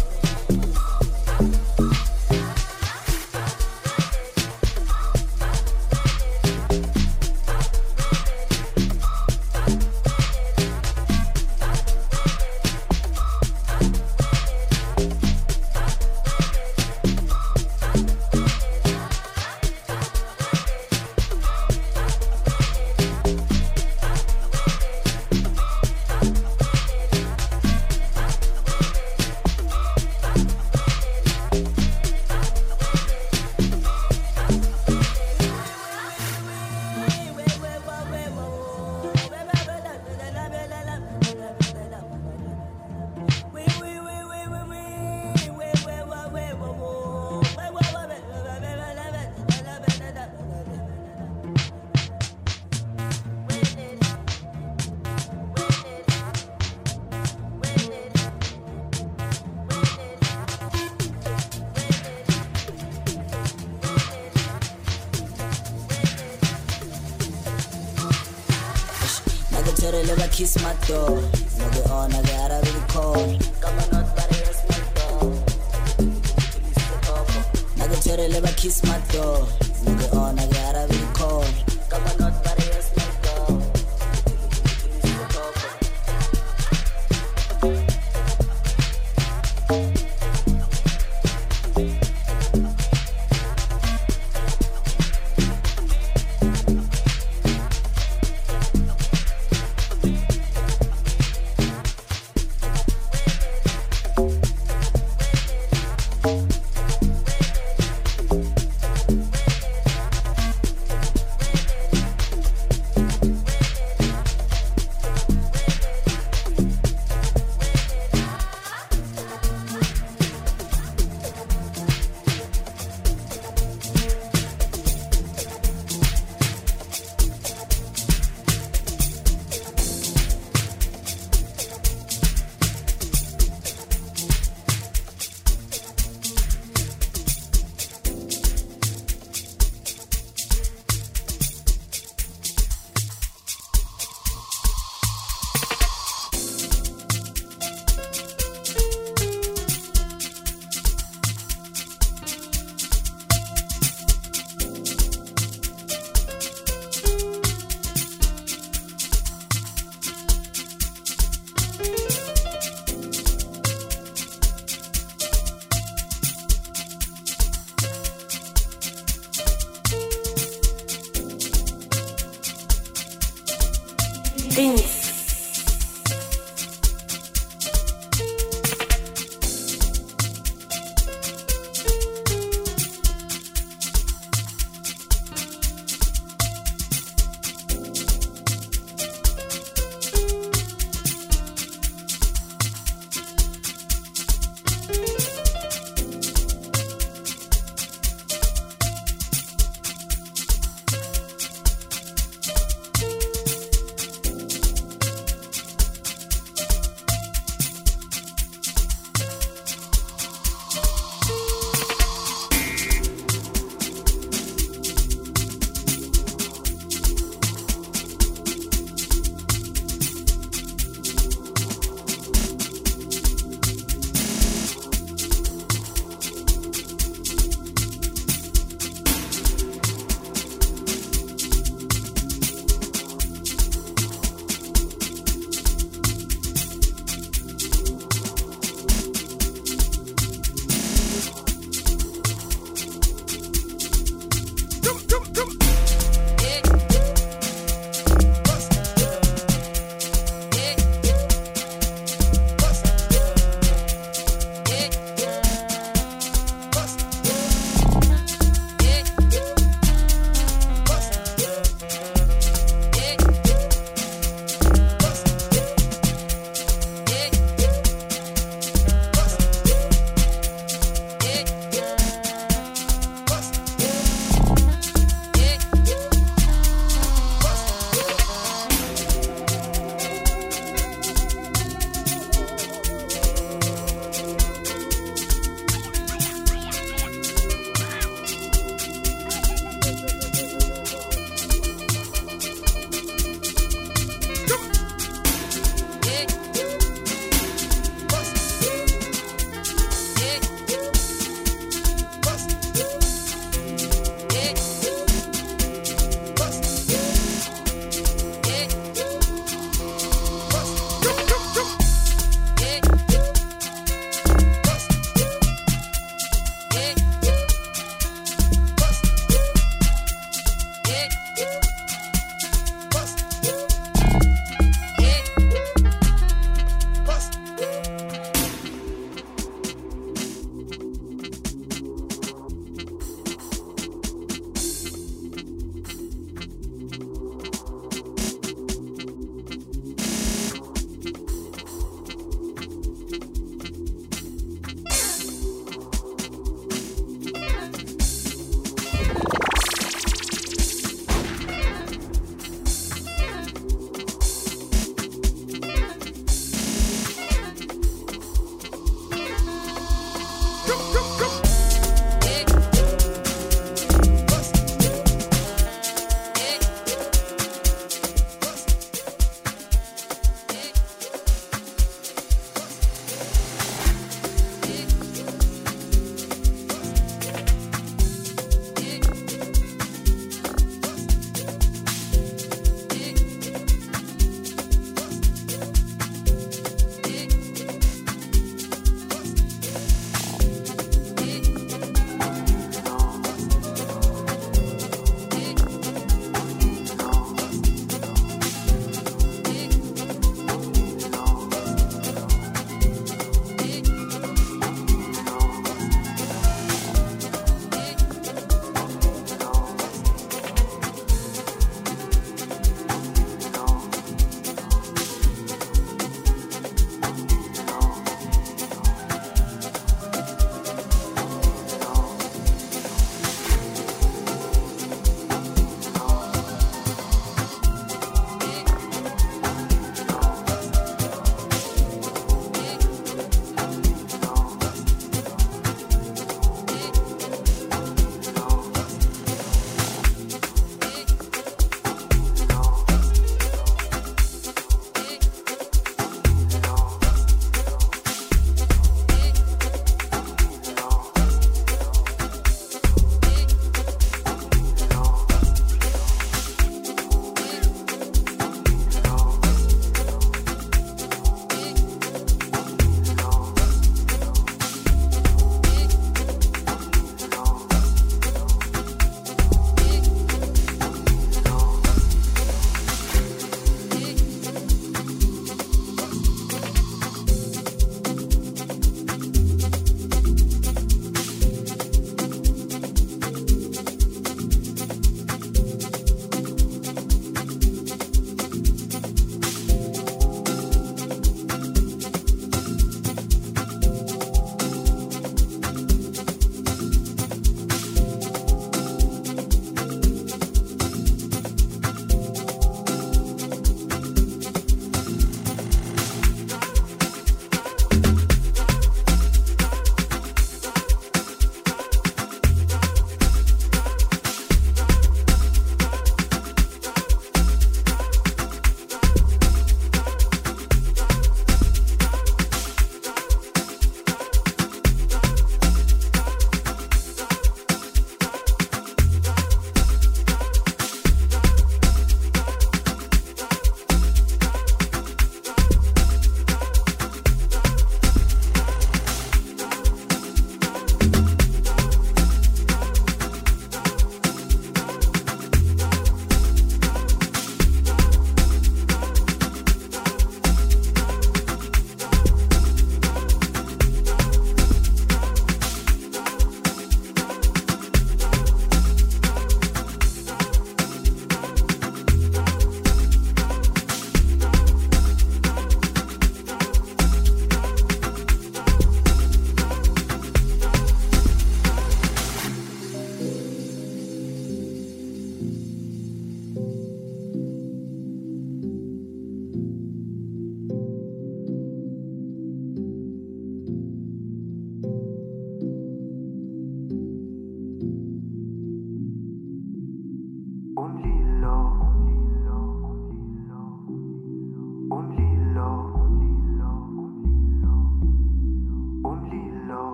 Speaker 8: Kiss my door, nigga on, I got a really cold. Come on, not body, yes, my door. Nigga, tell the liver, kiss my door, nigga on, I got a really cold. Come on, not body, yes, my door.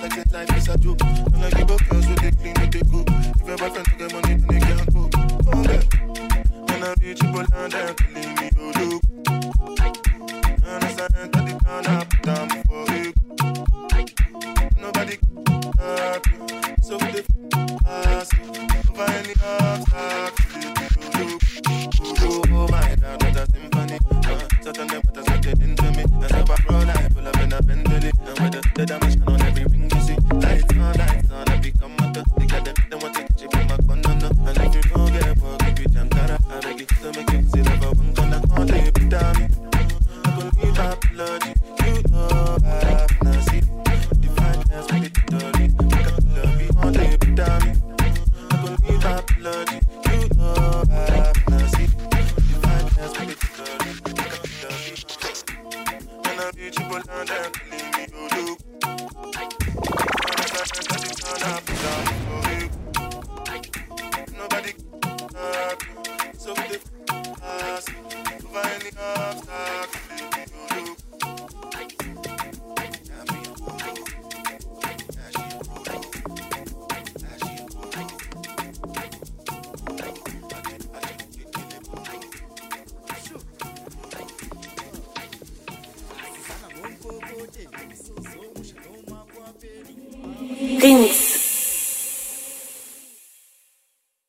Speaker 5: like say life is a joke. Don't like give up girls with they clean, with they cook. If your boyfriend to get money, then they can't cook. Oh yeah. When I reach you, pull down there, killing me, oh look. And as I enter the town, I put down for you. Nobody happy, so we dey pass over any obstacle. Oh my God, what a symphony! Certain them what a set into me. As I roll, I pull up in a Bentley, and with the diamond shine on every ring you see. Lights on, I become a dog. They got them want to catch you from my corner, no. And if you don't get up, keep it jam, cara. I beg you to make it sit up, one corner, all day, be damn. I could leave my blood, you know I've not seen. Divine has made it dirty. I got love you all day, be damn. I could leave my blood, you know I've not seen. Divine has made it dirty. I got love you. When I reach you, pull down there, leave me, oh look. And as I enter the town, I put down for you. Nobody happy, so we dey pass over any obstacle. Leave me, oh look.
Speaker 2: Remix.